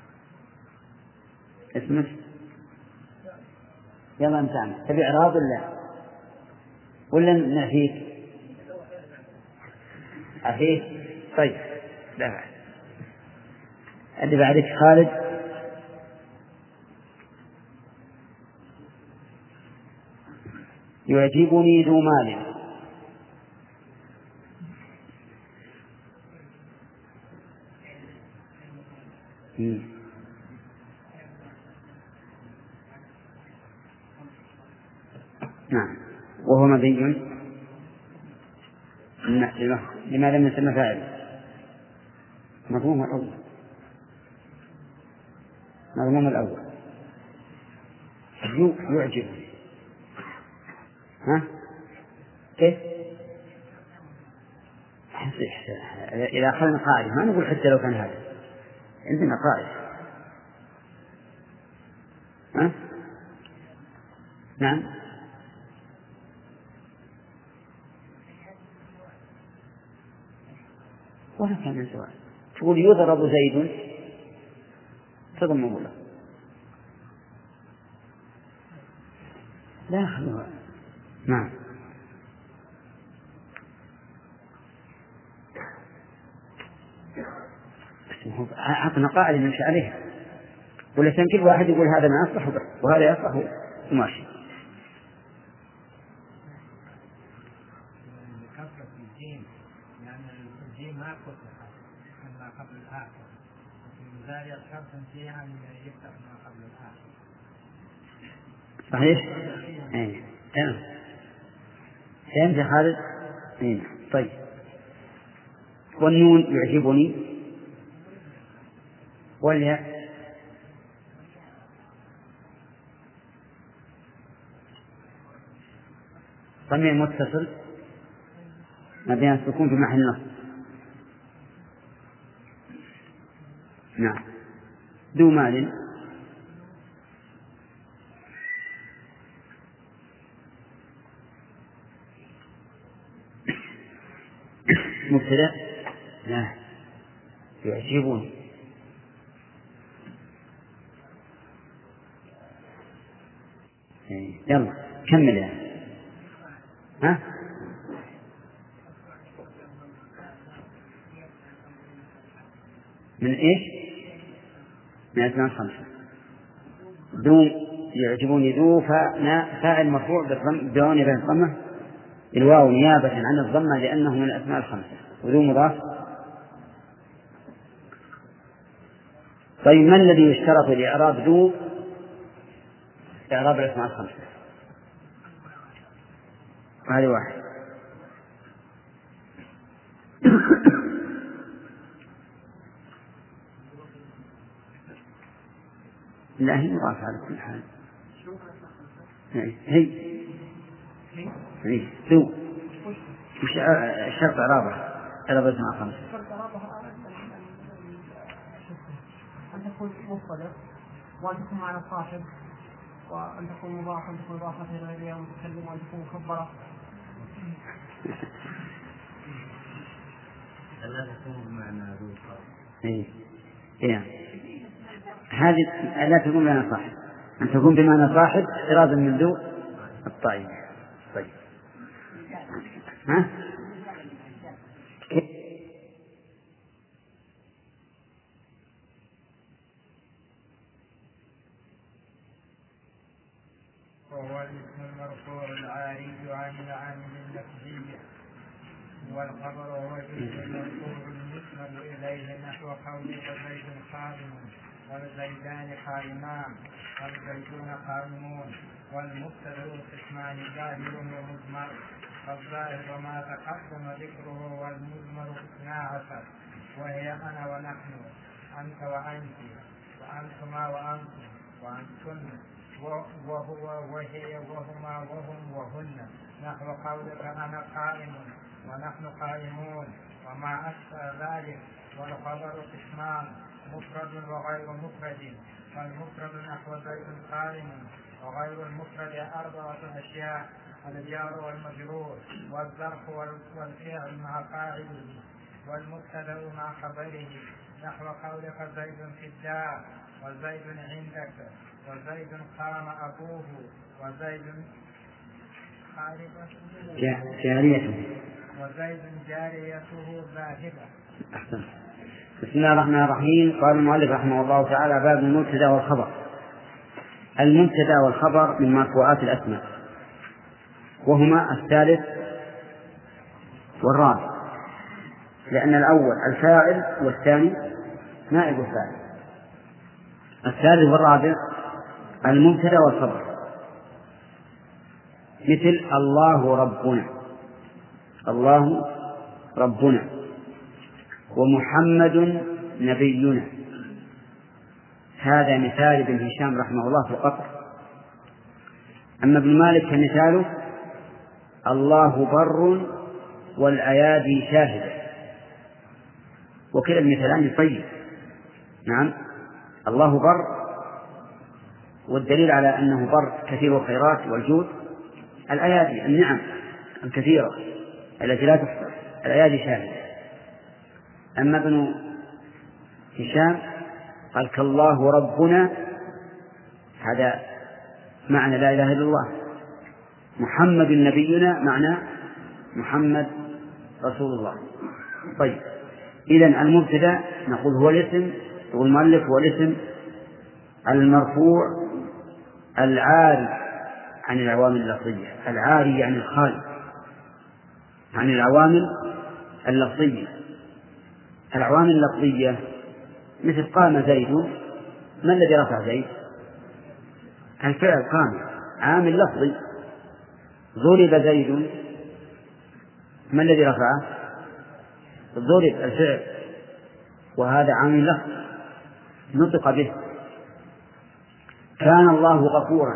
[SPEAKER 3] اسمك. يلا امتحن تبي إعراب ولا ولا نفيك أفيك. طيب لا بعد اللي بعدك خالد. يعجبني ذو مال. نعم. وهو مبني لما لم يسمى فاعل. مضموم الأول. مضموم الأول يعجبني. ها كيف؟ إذا أخذنا قاعدة ما نقول حتى لو كان هذا عندنا قاعدة. ها نعم. ولا كان من سؤال. تقول يضرب زيد تضم مولا. لا خلوها. نعم. عطنا قاعدة نمشي عليها ولا كل واحد يقول هذا ما يصلح وهذا يصلح وماشي. صحيح. ايه تمام. فهمت يا خالد؟ ايه طيب. والنون يعجبني والياء ضمير متصل مبني على السكون في محل نصب. نعم. ذو مال مبتدأ. لا يعجبني. يلا كمل يعني. ها من إيش؟ من أسماء خمسة. ذو يعجبني ذو فاعل مرفوع بدون الضمة الواو نيابة عن الضمة لأنه من الأسماء الخمسة. وذو مضاف. طيب ما الذي يشترط لإعراب ذو إعراب الأسماء الخمسة؟ هذه واحد. لا هي مضاف على كل حال. هي هي هي ذو وش شرط إعرابها؟ إعراب الأسماء الخمسة
[SPEAKER 5] أن تكون مفردة وأن تكون معنى صاحب وأن تكون مضافة وأن تكون إضافة إلى غيرها متكلم وأن تكون مخبرة.
[SPEAKER 4] لا تكون بمعنى ذو.
[SPEAKER 3] إيه إيه هذه لا تكون بمعنى صاحب، أن تكون بمعنى صاحب إرادة من ذو الطيب. طيب ها
[SPEAKER 5] وهو الاسم المرفوع العاري عن العامل اللفظي، والخبر هو الاسم المرفوع المسند إليه نحو قولك زيد قائم والزيدان قائمان والزيدون قائمون. والمبتدأ قسمان ظاهر ومضمر، فالظاهر ما تقدم ذكره والمضمر اثنا عشر وهي أنا ونحن أنت وأنت وأنتما وأنتم وأنتن وهو وهي وهما وهم وهن، نحو قولك أنا قائم ونحن قائمون وما أشبه ذلك. والخبر قسمان مفرد وغير مفرد، فالمفرد نحو زيد قائم، وغير المفرد أربعة أشياء: الجار والمجرور والظرف والفعل مع فاعله والمبتدأ مع خبره، نحو قولك زيد في الدار وزيد عندك وزيد قام أبوه وزيد
[SPEAKER 3] جاريته
[SPEAKER 5] وزيد جاريته ذاهبة.
[SPEAKER 3] بسم الله الرحمن الرحيم. قال المؤلف رحمه الله تعالى: باب المبتدأ والخبر. المبتدأ والخبر من مرفوعات الأسماء، وهما الثالث والرابع، لأن الأول الفاعل والثاني نائب الفاعل. الثالث والرابع المبتدأ والخبر، مثل الله ربنا، الله ربنا، ومحمد نبينا. هذا مثال ابن هشام رحمه الله في القطر. أما ابن مالك فمثاله: الله بر والأيادي شاهدة. وكلا المثالان طيب. نعم، الله بر، والدليل على أنه بر كثير الخيرات والجود الأيادي، النعم الكثيرة التي لا تحصى، الأيادي شاهدة. أما ابن هشام قال: كالله ربنا، هذا معنى لا إله إلا الله. محمد نبينا معنى محمد رسول الله. طيب، إذن المبتدأ نقول هو الاسم، يقول المؤلف هو الاسم المرفوع العاري عن العوامل اللفظية. العاري يعني الخالي عن العوامل اللفظية. العوامل اللفظية مثل قام زيد، ما الذي رفع زيد؟ الفعل قام، عامل لفظي. ضرب زيد، ما الذي رفعه؟ ضرب الفعل، وهذا عامل لفظي نطق به. كان الله غفورا،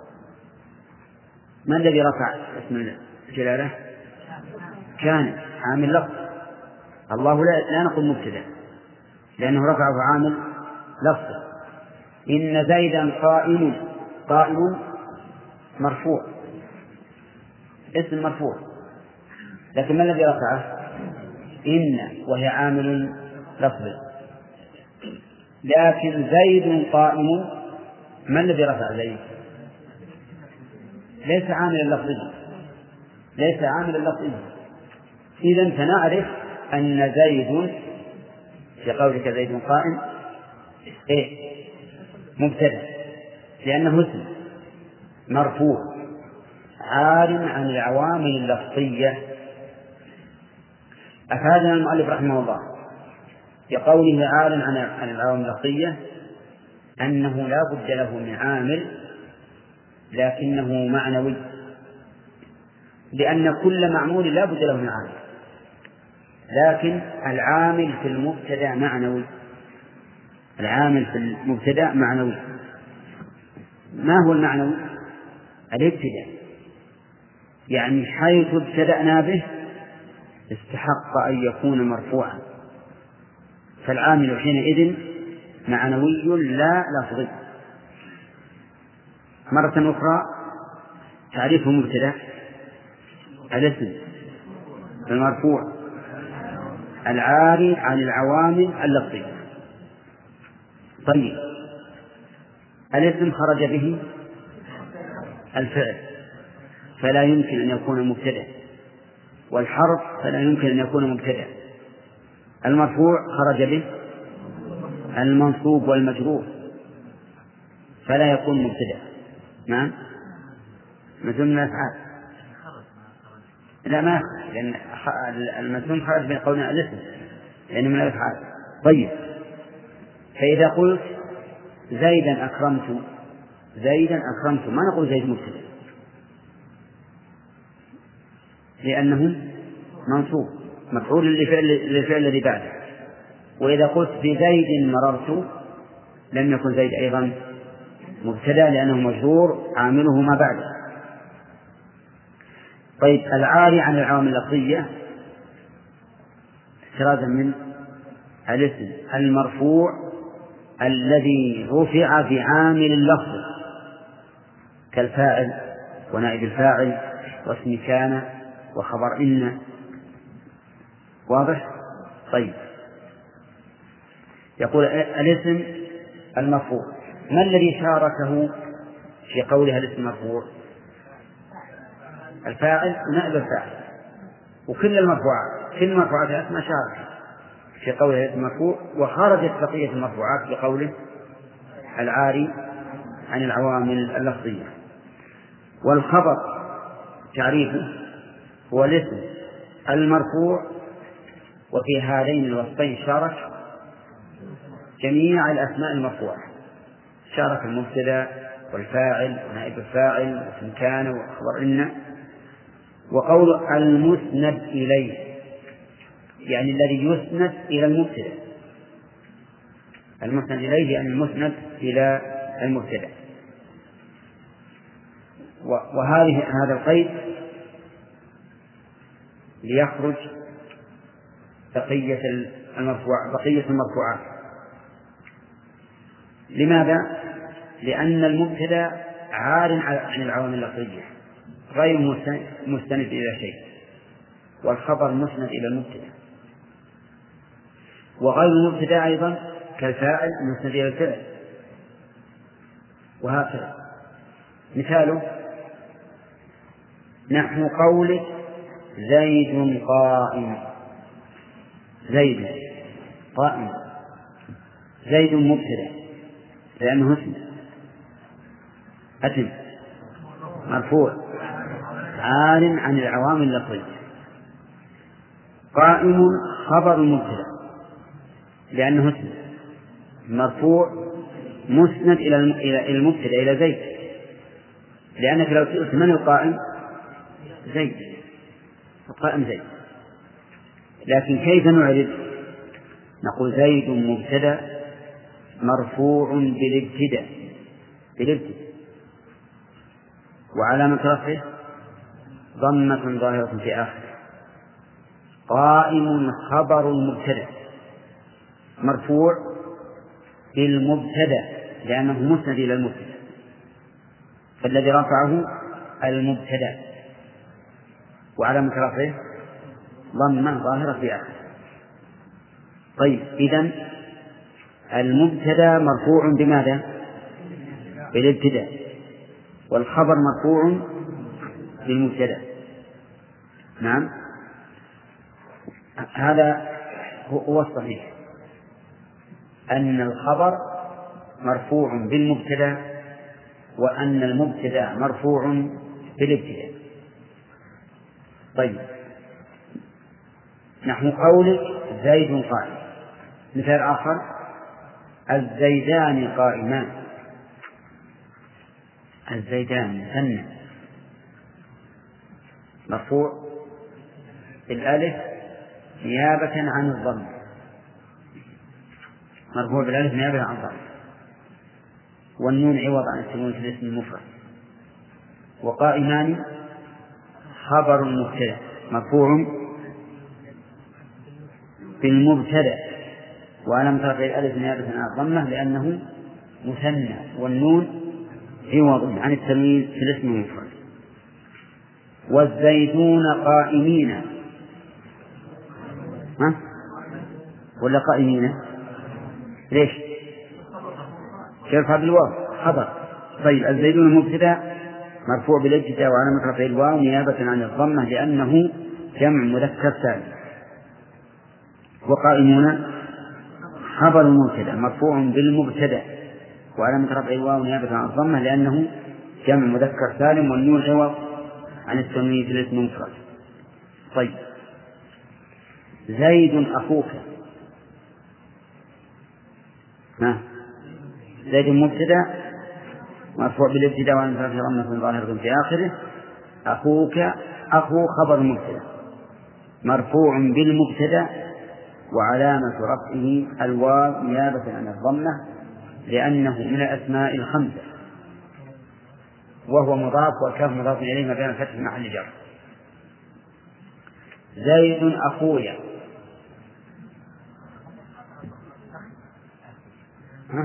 [SPEAKER 3] ما الذي رفع اسم الجلالة؟ كان، عامل لفظ. الله لا, لا نقول مبتدأ لأنه رفعه عامل لفظ. إن زيدا قائم، قائم مرفوع، اسم مرفوع، لكن ما الذي رفعه؟ إن، وهي عامل لفظ. لكن زيد قائم، ما الذي رفع زيد؟ ليس عامل لفظي، ليس عامل لفظي. إذن فنعرف أن زيد في قولك زيد قائم إيه؟ مبتدأ، لأنه اسم مرفوع عار عن العوامل اللفظية. أفادنا المؤلف رحمه الله بقوله عار عن العوامل اللفظية أنه لا بد له من عامل لكنه معنوي، لأن كل معمول لا بد له من عامل، لكن العامل في المبتدأ معنوي. العامل في المبتدأ معنوي. ما هو المعنوي؟ الابتداء، يعني حيث ابتدأنا به استحق أن يكون مرفوعا، فالعامل حينئذ معنوي لا لفظي. مرة أخرى تعريف مبتدأ: الاسم المرفوع العاري عن العوامل اللفظية. طيب، الاسم خرج به الفعل فلا يمكن أن يكون مبتدأ، والحرف فلا يمكن أن يكون مبتدأ. المرفوع خرج به المنصوب والمجرور فلا يكون مبتدأ. نعم، مجرور من الأفعال لا ما يخرج، لأن المجرور خرج من قولنا الاسم لأنه من الأفعال. طيب، فإذا قلت زيدا أكرمت، زيدا أكرمت ما نقول زيد مبتدأ لأنه منصوب مفعول للفعل الذي بعده. وإذا قلت بزيد مررت لم يكن زيد أيضا مبتدأ لأنه مجرور عامله ما بعده. طيب، العاري عن العوامل اللفظية احترازا من الاسم المرفوع الذي رفع بعامل اللفظ كالفاعل ونائب الفاعل واسم كان وخبر إن. واضح؟ طيب، يقول الاسم المرفوع ما الذي شاركه في قولها الاسم مرفوع؟ الفاعل ونائب الفاعل، وكل المرفوعات كل المرفوعات الأسماء شاركت في قوله الاسم مرفوع، وخرجت بقية المرفوعات بقوله العاري عن العوامل اللفظية. والخبر تعريفه هو الاسم المرفوع، وفي هذين الوصفين شارك جميع الأسماء المرفوعة، شارك المبتدأ والفاعل ونائب الفاعل واسم كان وخبر إن. وقول المسند إليه يعني الذي يسند إلى المبتدأ، المسند إليه يعني المسند إلى المبتدأ. وهذه هذا القيد ليخرج بقية المرفوع بقية المرفوعات. لماذا؟ لأن المبتدأ عار عن العوامل اللفظية غير مستند إلى شيء، والخبر مسند إلى المبتدأ، وغير المبتدأ أيضا كالفاعل مسند إلى الفعل، وهكذا. مثاله نحو قولك زيد قائم، زيد قائم، زيد مبتدأ لأنه اسم أتم مرفوع عار عن العوامل اللفظية. قائم خبر المبتدأ لأنه اسم مرفوع مسند إلى المبتدأ إلى زيد، لأنك لو سئلت من القائم زيد، القائم زيد، لكن كيف نعرف؟ نقول زيد مبتدأ مرفوع بالابتداء بالابتداء وعلامة رفعه ضمة ظاهرة في آخره. قائم خبر المبتدأ مرفوع بالمبتدأ لأنه مسند إلى المبتدأ، فالذي رفعه المبتدأ وعلامة رفعه ضمة ظاهرة في آخره. طيب، إذن المبتدأ مرفوع بماذا؟ بالابتداء، والخبر مرفوع بالمبتدأ. نعم، هذا هو الصحيح، أن الخبر مرفوع بالمبتدأ وأن المبتدأ مرفوع بالابتداء. طيب، نحو قولك زيد قائم. مثال آخر: الزيدان قائمان. الزيدان مثنى مرفوع بالألف نيابة عن الضم، مرفوع بالألف نيابة عن الضم، والنون عوض عن التنوين في الاسم المفرد. وقائمان خبر مبتدأ مرفوع بالمبتدأ وعلامة رفعه الألف نيابة عن الضمة لأنه مثنى، والنون عوض عن التنوين في الاسم المفرد. والزيتون قائمين. ها؟ ولا قائمين؟ ليش؟ يرفع بالواو خبر. طيب، الزيتون مبتدأ مرفوع بالابتداء وعلامة رفعه الواو نيابة عن الضمة لأنه جمع مذكر سالم. وقائمون خبر مبتدأ مرفوع بالمبتدأ وعلامة رفعه الواو نيابة عن الضمة لأنه جمع مذكر سالم، والنون عوض عن التنوين في الاسم المفرد. طيب، زيد أخوك. ها؟ زيد مبتدأ مرفوع بالابتداء وعلامة رفعه ضمة ظاهرة في آخره. أخوك أخو خبر مبتدأ مرفوع بالمبتدأ وعلامة رفعه الواو نيابة عن الضمة لأنه من الأسماء الخمسة، وهو مضاف والكاف مضاف إليه ما بين الفتح محل جر. زيد أخويا. ها؟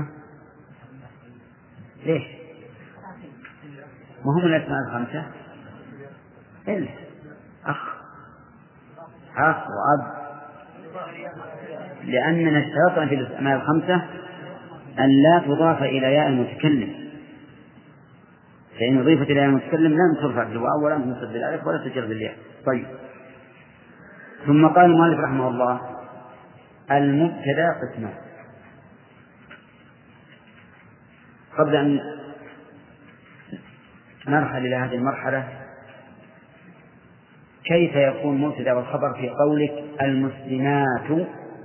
[SPEAKER 3] ليش؟ ما هم من الأسماء الخمسة إلا أخ أخ وأب، لأننا اشترطنا في الأسماء الخمسة أن لا تضاف إلى ياء المتكلم، فإن أضيفت إلى ياء المتكلم لم ترفع بالواو ولا تنصب بالألف ولا تجر بالياء. طيب، ثم قال المؤلف رحمه الله: المبتدأ قسمان. قبل أن نرحل إلى هذه المرحلة، كيف يكون مبتدأ والخبر في قولك المسلمات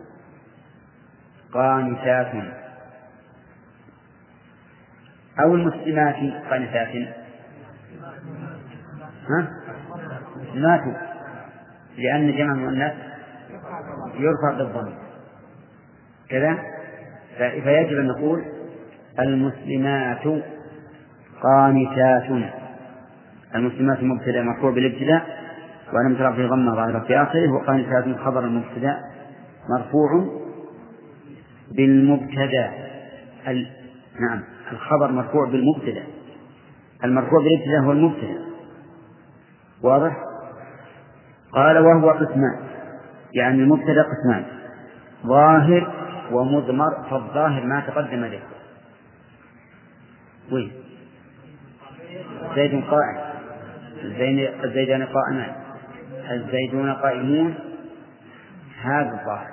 [SPEAKER 3] قانتات أو المسلمات قانتات؟ ها؟ مسلمات، لأن جمع المؤنث يرفع بالضم كذا، فيجب أن نقول المسلمات قانتات. المسلمات مبتدأ مرفوع بالابتداء وعلامة رفعه ضمة ظاهرة في آخره، وقانتات خبر المبتدأ مرفوع بالمبتدأ. ال... نعم، الخبر مرفوع بالمبتدأ، المرفوع بالابتداء هو المبتدأ. واضح؟ قال: وهو قسمان، يعني المبتدأ قسمان: ظاهر ومضمر. فالظاهر ما تقدم له. وين؟ زيد قائم، الزيدان قائمان، الزيدون قائمون، هذا الظاهر.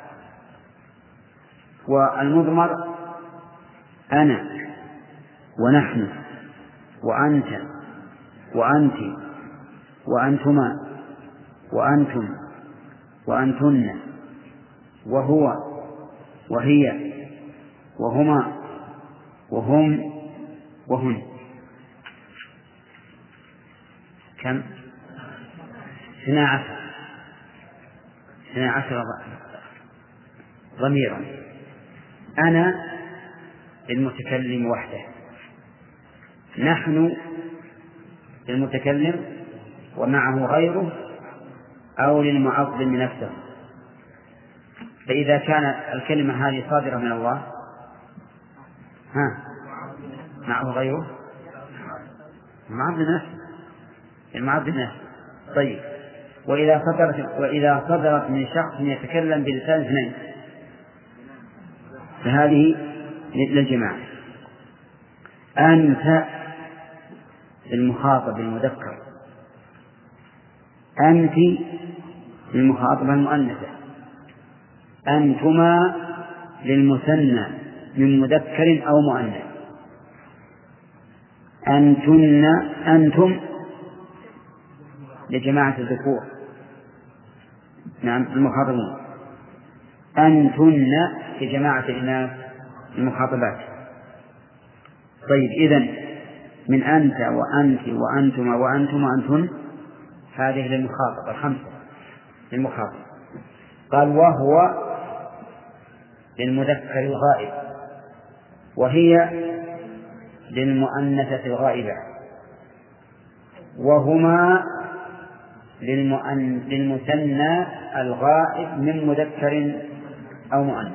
[SPEAKER 3] والمضمر: أنا ونحن وأنت وأنت وأنتما وأنتم وأنتن وهو وهي وهما وهم وهن. كم؟ اثنا عشر اثنا عشر ضميرا. أنا للمتكلم وحده، نحن للمتكلم ومعه غيره أو للمعظم نفسه. فإذا كان الكلمة هذه صادرة من الله، ها معه غيره المعظم نفسه، المعظم نفسه. طيب، وإذا صدرت وإذا صدرت من شخص يتكلم بلسان اثنين فهذه للجماعة. أنت للمخاطب المذكر، أنت للمخاطبة المؤنثة، أنتما للمثنى من مذكر أو مؤنث. أنتن أنتم لجماعة الذكور، نعم المخاطبون. أنتن لجماعة الإناث المخاطبات. طيب إذن من أنت وأنت وأنتما وأنتم وأنتن هذه للمخاطب الخمسة للمخاطب. قال وهو للمذكر الغائب، وهي للمؤنثة الغائبة، وهما للمؤن... للمثنى الغائب من مذكر أو مؤنث،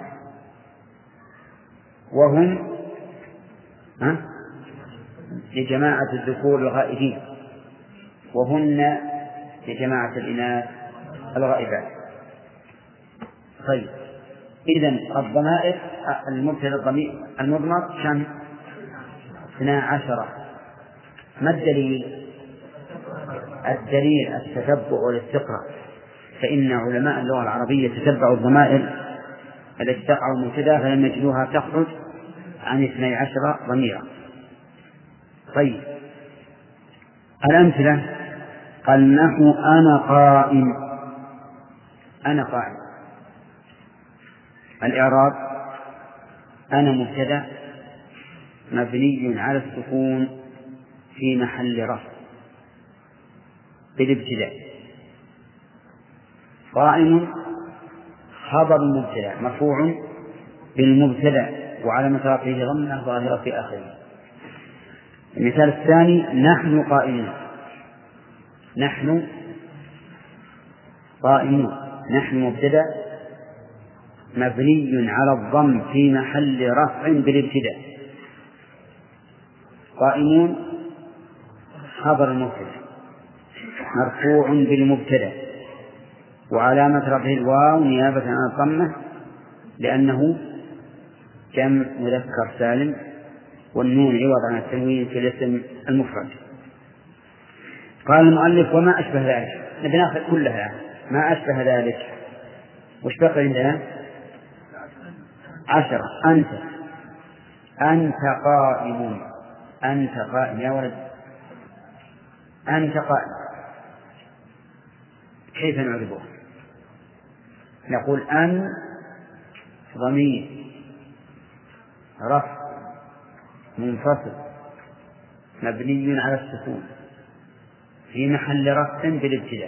[SPEAKER 3] وهم ها؟ لجماعة الذكور الغائبين، وهن لجماعة الإناث الغائبات. طيب إذن الضمائر المبتدأ الضمير المضمر كم؟ اثنا عشر. ما الدليل؟ الدليل التتبع والاستقراء، فإن علماء اللغة العربية تتبعوا الضمائر التي تقع مبتدأ فلم يجدوها تخرج عن اثني عشر ضميرا. طيب الأمثلة قال نحو أنا قائم، أنا قائم. الإعراب أنا مبتدأ مبني على السكون في محل رفع بالابتداء. قائم خبر مبتدأ مرفوع بالمبتدأ وعلامة رفعه ضمة ظاهرة في آخره. المثال الثاني نحن قائمون، نحن قائمون، نحن مبتدأ مبني على الضم في محل رفع بالابتداء. قائمون خبر مبتدأ مرفوع بالمبتدأ وعلامة رفعه الواو نيابة عن الضمة لأنه جمع مذكر سالم، والنون عوض عن التنوين في الاسم المفرد. قال المؤلف وما أشبه ذلك، نبناخذ كلها ما أشبه ذلك. وش بقي عندنا؟ عشرة. أنت أنت قائم، أنت قائم يا ولد، أنت قائم. كيف نعرفه؟ نقول أن ضمير رفع منفصل مبني على السكون في محل رفع بالابتداء،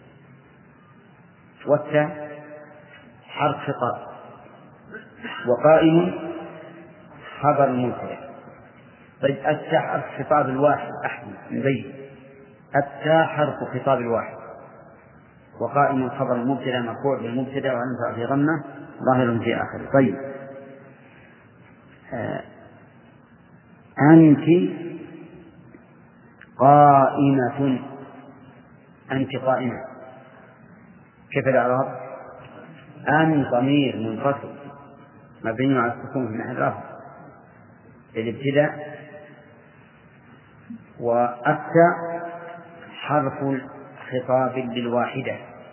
[SPEAKER 3] والتاء حرف خطاب، وقائم خبر مبتدأ. طيب التاء حرف خطاب الواحد أحمد نبين، التاء حرف خطاب الواحد، وقائم خبر المبتدأ مرفوع بالمبتدأ وعلامة في ضمة ظاهر في آخره. طيب آه. أنت قائمة، أنت قائمة. كيف الإعراب؟ أن ضمير منفصل مبني على السكون في محل رفع للابتداء، والتاء حرف خطاب للواحدة،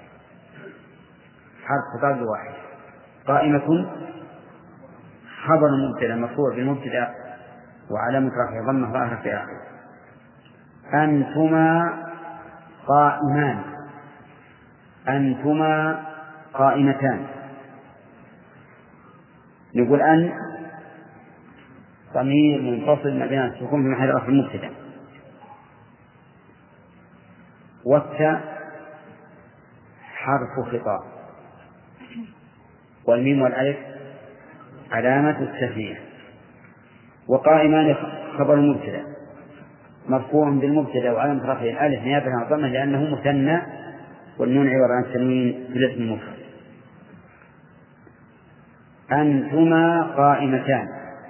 [SPEAKER 3] حرف خطاب للواحدة. قائمة خبر مبتدأ مرفوع بالمبتدأ وعلامة رفعه ضمة ظاهرة في آخره. أنتما قائمان، أنتما قائمتان. نقول أن ضمير منفصل ما بين السكون في محل رفع المبتدأ، والتاء حرف خطاب، والميم والألف علامة التثنية. وقائمان خبر المبتدأ مرفوع بالمبتدأ وعلامة رفعه الألف نيابة عن الضمة لأنه مثنى، والنون عوض عن التنوين في الاسم المفرد. أنتما قائمتان.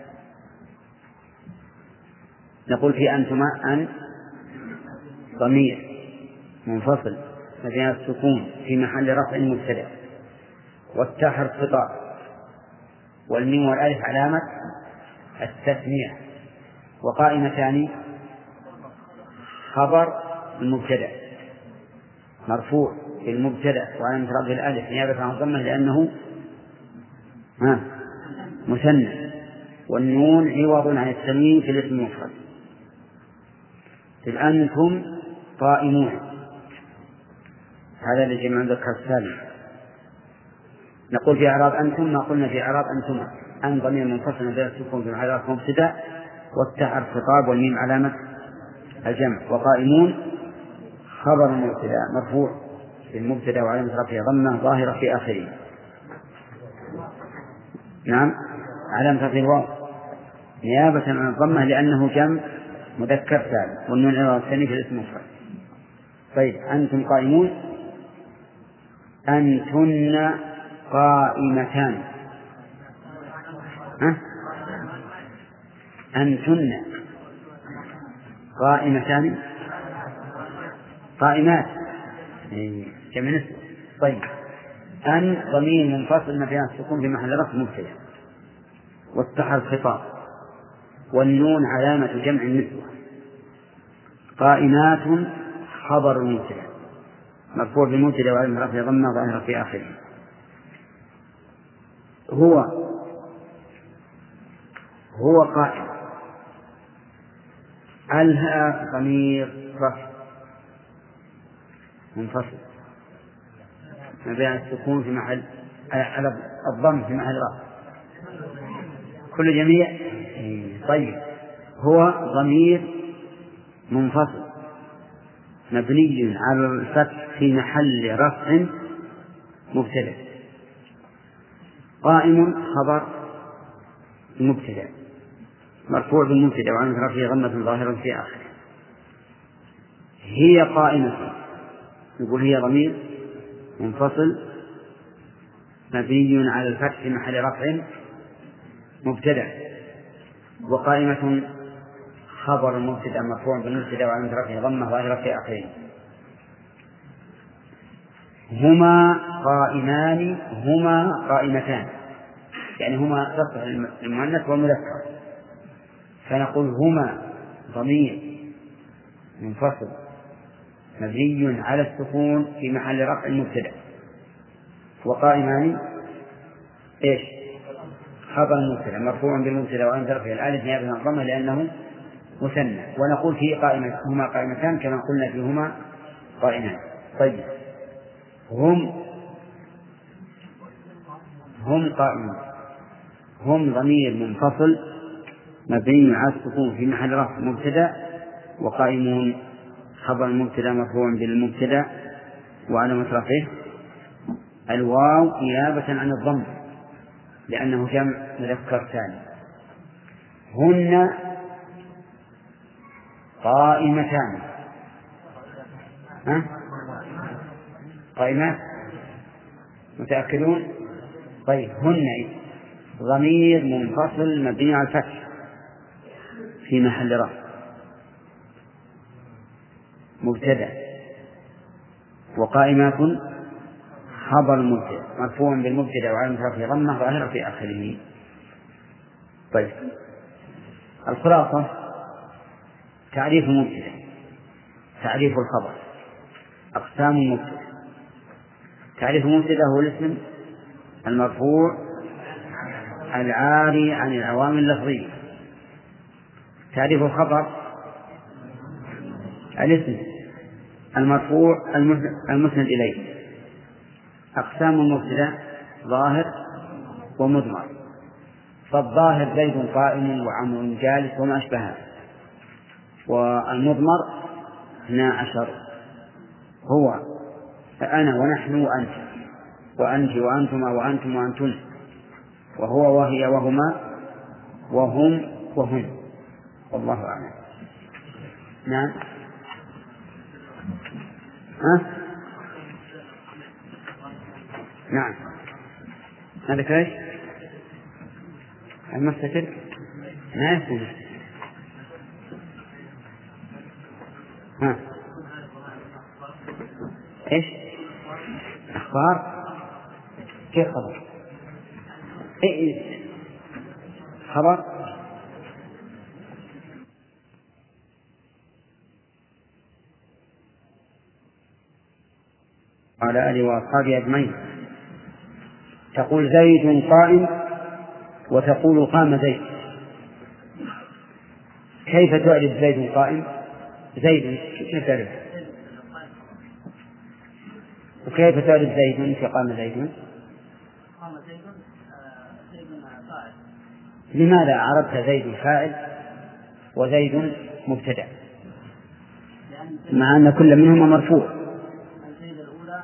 [SPEAKER 3] نقول في أنتما أن ضمير منفصل مبني على السكون في محل رفع مبتدأ، والتاء حرف خطاب، والميم والألف علامة التثنية. وقائمتان خبر المبتدأ مرفوع بالمبتدأ وعلامة رفعه الألف نيابة عن الضمة لأنه ها مثنى، والنون عوض عن التنوين في الاسم المفرد. إذ أنتم قائمون، هذا اللي جمع ذكر السالم. نقول في إعراب أنتم ما قلنا في إعراب أنتما. أن ضمير منفصل بين السكون في محل رفع مبتدأ، والتاء الخطاب والميم علامة الجمع، وقائمون خبر مبتدأ مرفوع بالمبتدأ وعلامة رفعه ضمة ظاهرة في آخره. نعم، علامة رفعه الواو نيابة عن الضمة لأنه جمع مذكر سالم، والنون العوض الثاني في الاسم المفرد. طيب، أنتم قائمون. أنتن قائمتان. ها؟ أنتن قائمتان قائمات جمع نسبة. طيب، أن ضمير منفصل مبني على السكون في محل رفع مبتدأ، والتاء الخطاب والنون علامة جمع النسوة. قائمات خبر مبتدأ مرفوع بالمبتدأ وعلامة رفعه ضمة ظاهرة في آخره. هو هو قائم. الها ضمير رفع منفصل مبني على السكون في محل على الضم في محل رفع كل جميع. طيب، هو ضمير منفصل مبني على الفتح في محل رفع مبتدأ. قائم خبر مبتدأ مرفوع بالمبتدأ وعلامة رفعه ضمة ظاهرة في آخره. هي قائمة، نقول هي ضمير منفصل مبني على الفتح في محل رفع مبتدأ، وقائمة خبر مبتدأ مرفوع بالمبتدأ وعلامة رفعه ضمة ظاهرة في آخره. هما قائمان هما قائمتان، يعني هما تصح المؤنث والمذكر، فنقول هما ضمير منفصل مبني على السكون في محل رفع مبتدأ، وقائمان ايش؟ خبر مبتدأ مرفوع بالمبتدأ وعلامة رفعه الألف نيابة عن الضمة لأنه مثنى. ونقول في قائمة هما قائمتان كما قلنا فيهما قائمان. طيب، هم هم قائمون. هم ضمير منفصل مبني على السكون في محل رفع مبتدأ، وقائمون خبر مبتدأ مرفوع بالمبتدأ وعلامة رفعه الواو نيابة عن الضم لأنه جمع مذكر ثاني. هن قائمتان. ها؟ قائمات متأكدون؟ طيب، هن ضمير منفصل مبني على الفتح في محل رفع مبتدأ، وقائمات خبر مبتدأ مرفوع بالمبتدأ وعلامة رفعه ضمة ظاهرة في آخره. طيب، الخلاصة تعريف المبتدأ، تعريف الخبر، أقسام المبتدأ. تعريف المبتدأ هو الاسم المرفوع العاري عن العوامل اللفظية. تعريف الخبر الاسم المرفوع المسند إليه. أقسام المبتدأ ظاهر ومضمر. فالظاهر زيد قائم وعمر جالس وما أشبهه، والمضمر اثنا عشر هو أنا ونحن وأنت وأنت وأنتما وأنتم وأنتن، وهو وهي وهما وهم وهم، والله أعلم. نعم. ها؟ نعم، هذا كيف المستتر ما يكون. ها ايش اخبار؟ كيف خبر؟ ايه خبر على آله وأصحابه أجمعين. تقول زيد قائم وتقول قام زيد. كيف تعرف زيد قائم زيد كيف تعرف؟ وكيف تعرف زيد في قام زيد؟
[SPEAKER 5] قام زيد زيد فاعل.
[SPEAKER 3] لماذا عرفت زيد فاعل وزيد مبتدأ مع أن كل منهما مرفوع؟
[SPEAKER 5] الزيد الأولى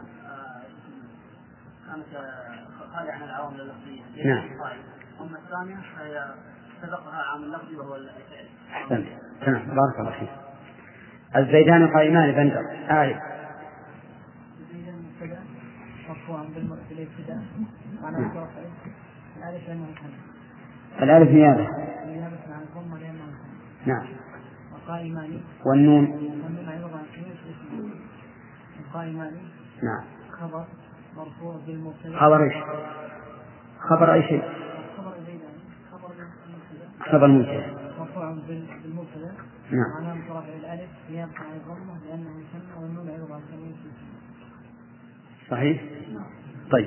[SPEAKER 5] كانت خالية عن العوامل اللفظية.
[SPEAKER 3] نعم.
[SPEAKER 5] أما الثانية فهي سبقها عامل لفظي وهو الفعل.
[SPEAKER 3] أحسنت. تمام. بارك الله فيك. الزيدان قائمان بندر. آية.
[SPEAKER 5] الزيدان مبتدأ مرفوع بالابتداء. معناه رفعه. الألف لأنه مثنى.
[SPEAKER 3] الألف نيابة.
[SPEAKER 5] نيابة عن الضمة لأنه مثنى.
[SPEAKER 3] نعم.
[SPEAKER 5] وقائمان.
[SPEAKER 3] والنون.
[SPEAKER 5] والنون عوض عن التنوين اسمه. وقائمان.
[SPEAKER 3] نعم.
[SPEAKER 5] خبر مرفوع بالمبتدأ.
[SPEAKER 3] خبر ايش؟ خبر اي شيء؟
[SPEAKER 5] خبر زيدان. خبر المبتدأ.
[SPEAKER 3] خبر المبتدأ.
[SPEAKER 5] مرفوع بالمبتدأ.
[SPEAKER 3] نعم.
[SPEAKER 5] معناه رفع الألف نيابة عن الضمة لأنه مثنى والنون عوض عن التنوين
[SPEAKER 3] صحيح؟ طيب.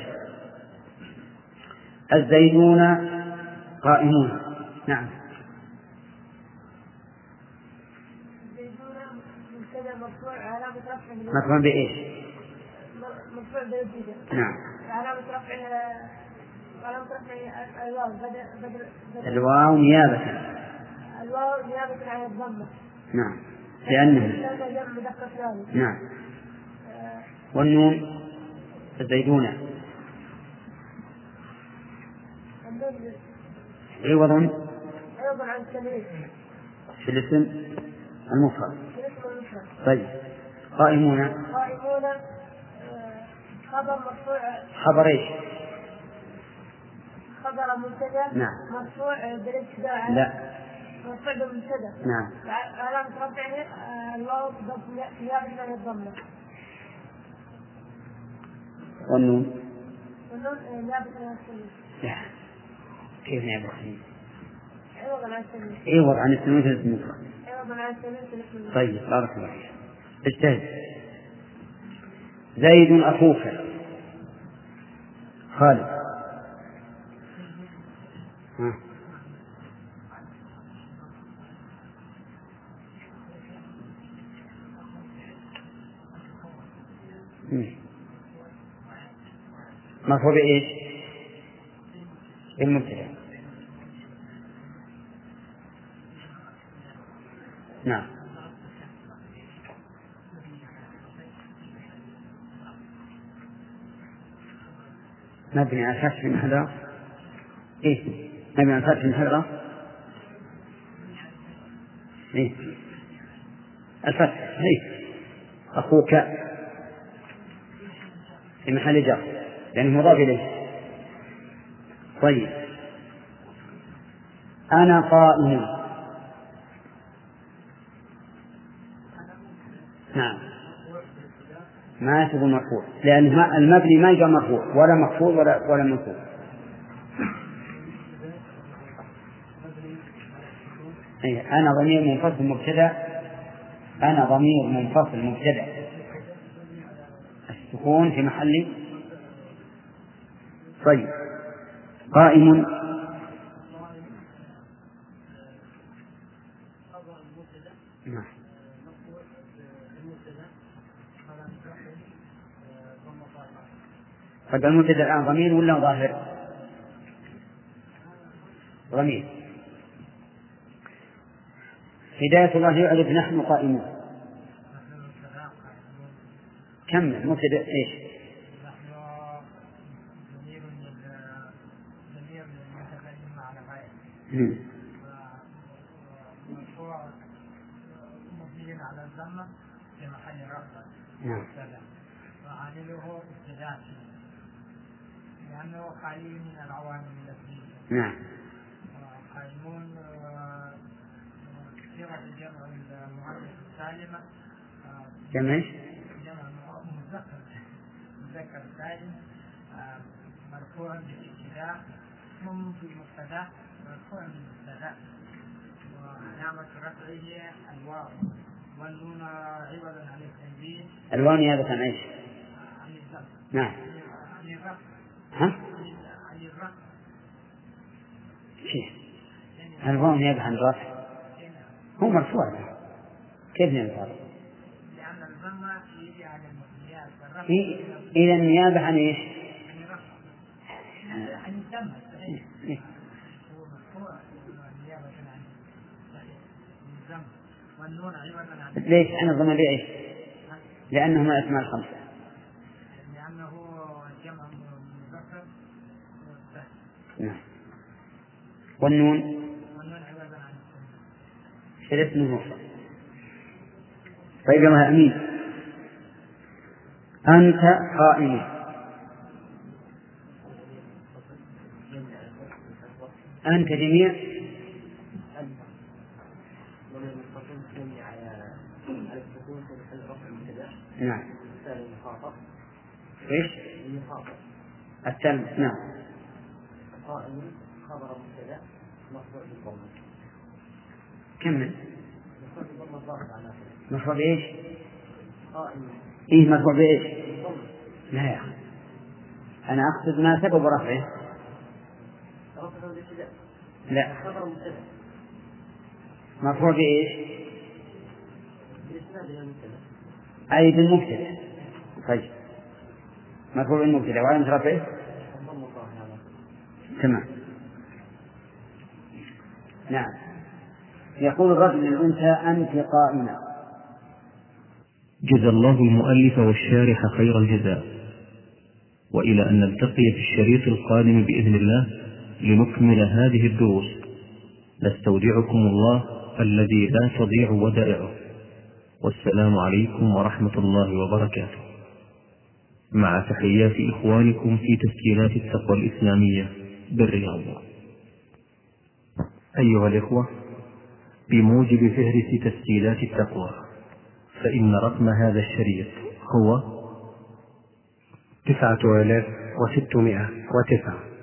[SPEAKER 3] الزيدون قائمون. نعم.
[SPEAKER 6] الزيدون مبتدأ مرفوع علامة رفعه
[SPEAKER 3] مرفوع بإيش؟
[SPEAKER 6] مرفوع بالابتداء.
[SPEAKER 3] نعم.
[SPEAKER 6] علامة رفعه علامة رفعه الواو بدل بدل
[SPEAKER 3] الواو نيابة.
[SPEAKER 6] الواو نيابة عن الضمة.
[SPEAKER 3] نعم. لأنه.
[SPEAKER 6] جمع مذكر سالم.
[SPEAKER 3] نعم. والنون الزيدون عوض
[SPEAKER 6] عوض عن التنوين
[SPEAKER 3] في الاسم المفرد.
[SPEAKER 6] في الاسم المفرد.
[SPEAKER 3] طيب. قائمون.
[SPEAKER 6] قائمون خبر مرفوع.
[SPEAKER 3] خبر ايش؟
[SPEAKER 6] خبر مبتدأ.
[SPEAKER 3] نعم.
[SPEAKER 6] مرفوع بالابتداء.
[SPEAKER 3] لا.
[SPEAKER 6] مرفوع بالمبتدأ.
[SPEAKER 3] نعم.
[SPEAKER 6] علامة رفعه الواو نيابة عن الضمة.
[SPEAKER 3] والنون.
[SPEAKER 6] والنون نيابة عن التنوين.
[SPEAKER 3] لا. كيف نيابة عن التنوين؟
[SPEAKER 6] عوض عن التنوين.
[SPEAKER 3] عوض عن التنوين في الاسم المفرد.
[SPEAKER 6] عوض عن التنوين في الاسم المفرد.
[SPEAKER 3] طيب. بارك الله فيك. اجتهد. زيد أخوك خالد. ها. مرفوع بإيش؟ بالمبتدأ. نعم. مبني على فتح من حذر. إيه؟ مبني على فتح من حذر. إيه؟ الفتح. إيه؟ أخوك في محل جر يعني مضاف إليه. طيب. أنا قائم. نعم. ما تقول مرفوع لأن المبني ما يجي مرفوع ولا مخفوض ولا ولا منصوب. أي أنا ضمير منفصل مبتدأ. أنا ضمير منفصل مبتدأ السكون في محل. طيب. قائم. نعم. طيب المبتدأ الآن ضمير ولا ظاهر؟ ضمير. هداية الله يعرف نحن قائمون. كمل. مبتدأ ايش؟
[SPEAKER 5] نحن ضمير ضمير متكلم على غير. مرفوع مبني على الضمة في محل رفع.
[SPEAKER 3] نعم.
[SPEAKER 5] وعامله ابتداء لأنه خالي من العوامل اللفظية.
[SPEAKER 3] نعم.
[SPEAKER 5] قائمون صيغة الجمع المؤنث السالمة.
[SPEAKER 3] جمع ايش؟
[SPEAKER 5] جمع مذكر مذكر سالم مرفوع بالابتداء ثم بالمبتدأ مرفوع بالمبتدأ وعلامة رفعه الواو والنون عوضا عن التنوين.
[SPEAKER 3] الواو نيابة عن ايش؟
[SPEAKER 5] عن الضم.
[SPEAKER 3] نعم.
[SPEAKER 5] عن الرفع.
[SPEAKER 3] ها؟
[SPEAKER 5] عن الرفع.
[SPEAKER 3] كيف؟ الواو نيابة عن الرفع. هو مرفوع. كيف نيابة عن الرفع؟
[SPEAKER 5] لأن الضم يجي على النيابة.
[SPEAKER 3] إيه؟ إذا النيابة عن إيش؟
[SPEAKER 5] عن الدم صحيح. هو مرفوع النيابة عن الدم والنون عوضا عن.
[SPEAKER 3] ليش عن الضم ليش؟ لأنهما أسماء الخمسة.
[SPEAKER 5] لأنه جمع مذكر.
[SPEAKER 3] نعم. والنون؟
[SPEAKER 5] والنون عوضا عن
[SPEAKER 3] ثلاث نون. طيب يا أمين، أنت قائم. أنت جميع. نعم. إيش؟ التلم. نعم.
[SPEAKER 5] قائم خبر مبتدأ مرفوع بالضم.
[SPEAKER 3] كمل. مرفوع بإيش؟
[SPEAKER 5] قائم.
[SPEAKER 3] إيه مرفوع بإيش؟ لا يا أخي، أنا أقصد ما سبب رفعه.
[SPEAKER 5] رفع الابتداء.
[SPEAKER 3] لا.
[SPEAKER 5] خبر مبتدأ.
[SPEAKER 3] مرفوع بإيش؟
[SPEAKER 5] بالإسناد إلى المبتدأ.
[SPEAKER 3] أي بالمبتدأ. طيب مرفوع بالمبتدأ وعلامة رفعه.
[SPEAKER 5] الضم الظاهر على.
[SPEAKER 3] تمام. نعم. يقول الرجل للأنثى أنت قائمة.
[SPEAKER 1] جزى الله المؤلف والشارح خير الجزاء، وإلى أن نلتقي في الشريط القادم بإذن الله لنكمل هذه الدروس، نستودعكم الله الذي لا تضيع ودائعه، والسلام عليكم ورحمة الله وبركاته، مع تحيات إخوانكم في تسجيلات التقوى الإسلامية بالرياض. أيها الإخوة، بموجب فهرس تسجيلات التقوى، فإن رقم هذا الشريط هو تسعة آلاف وستمائة وتسعة.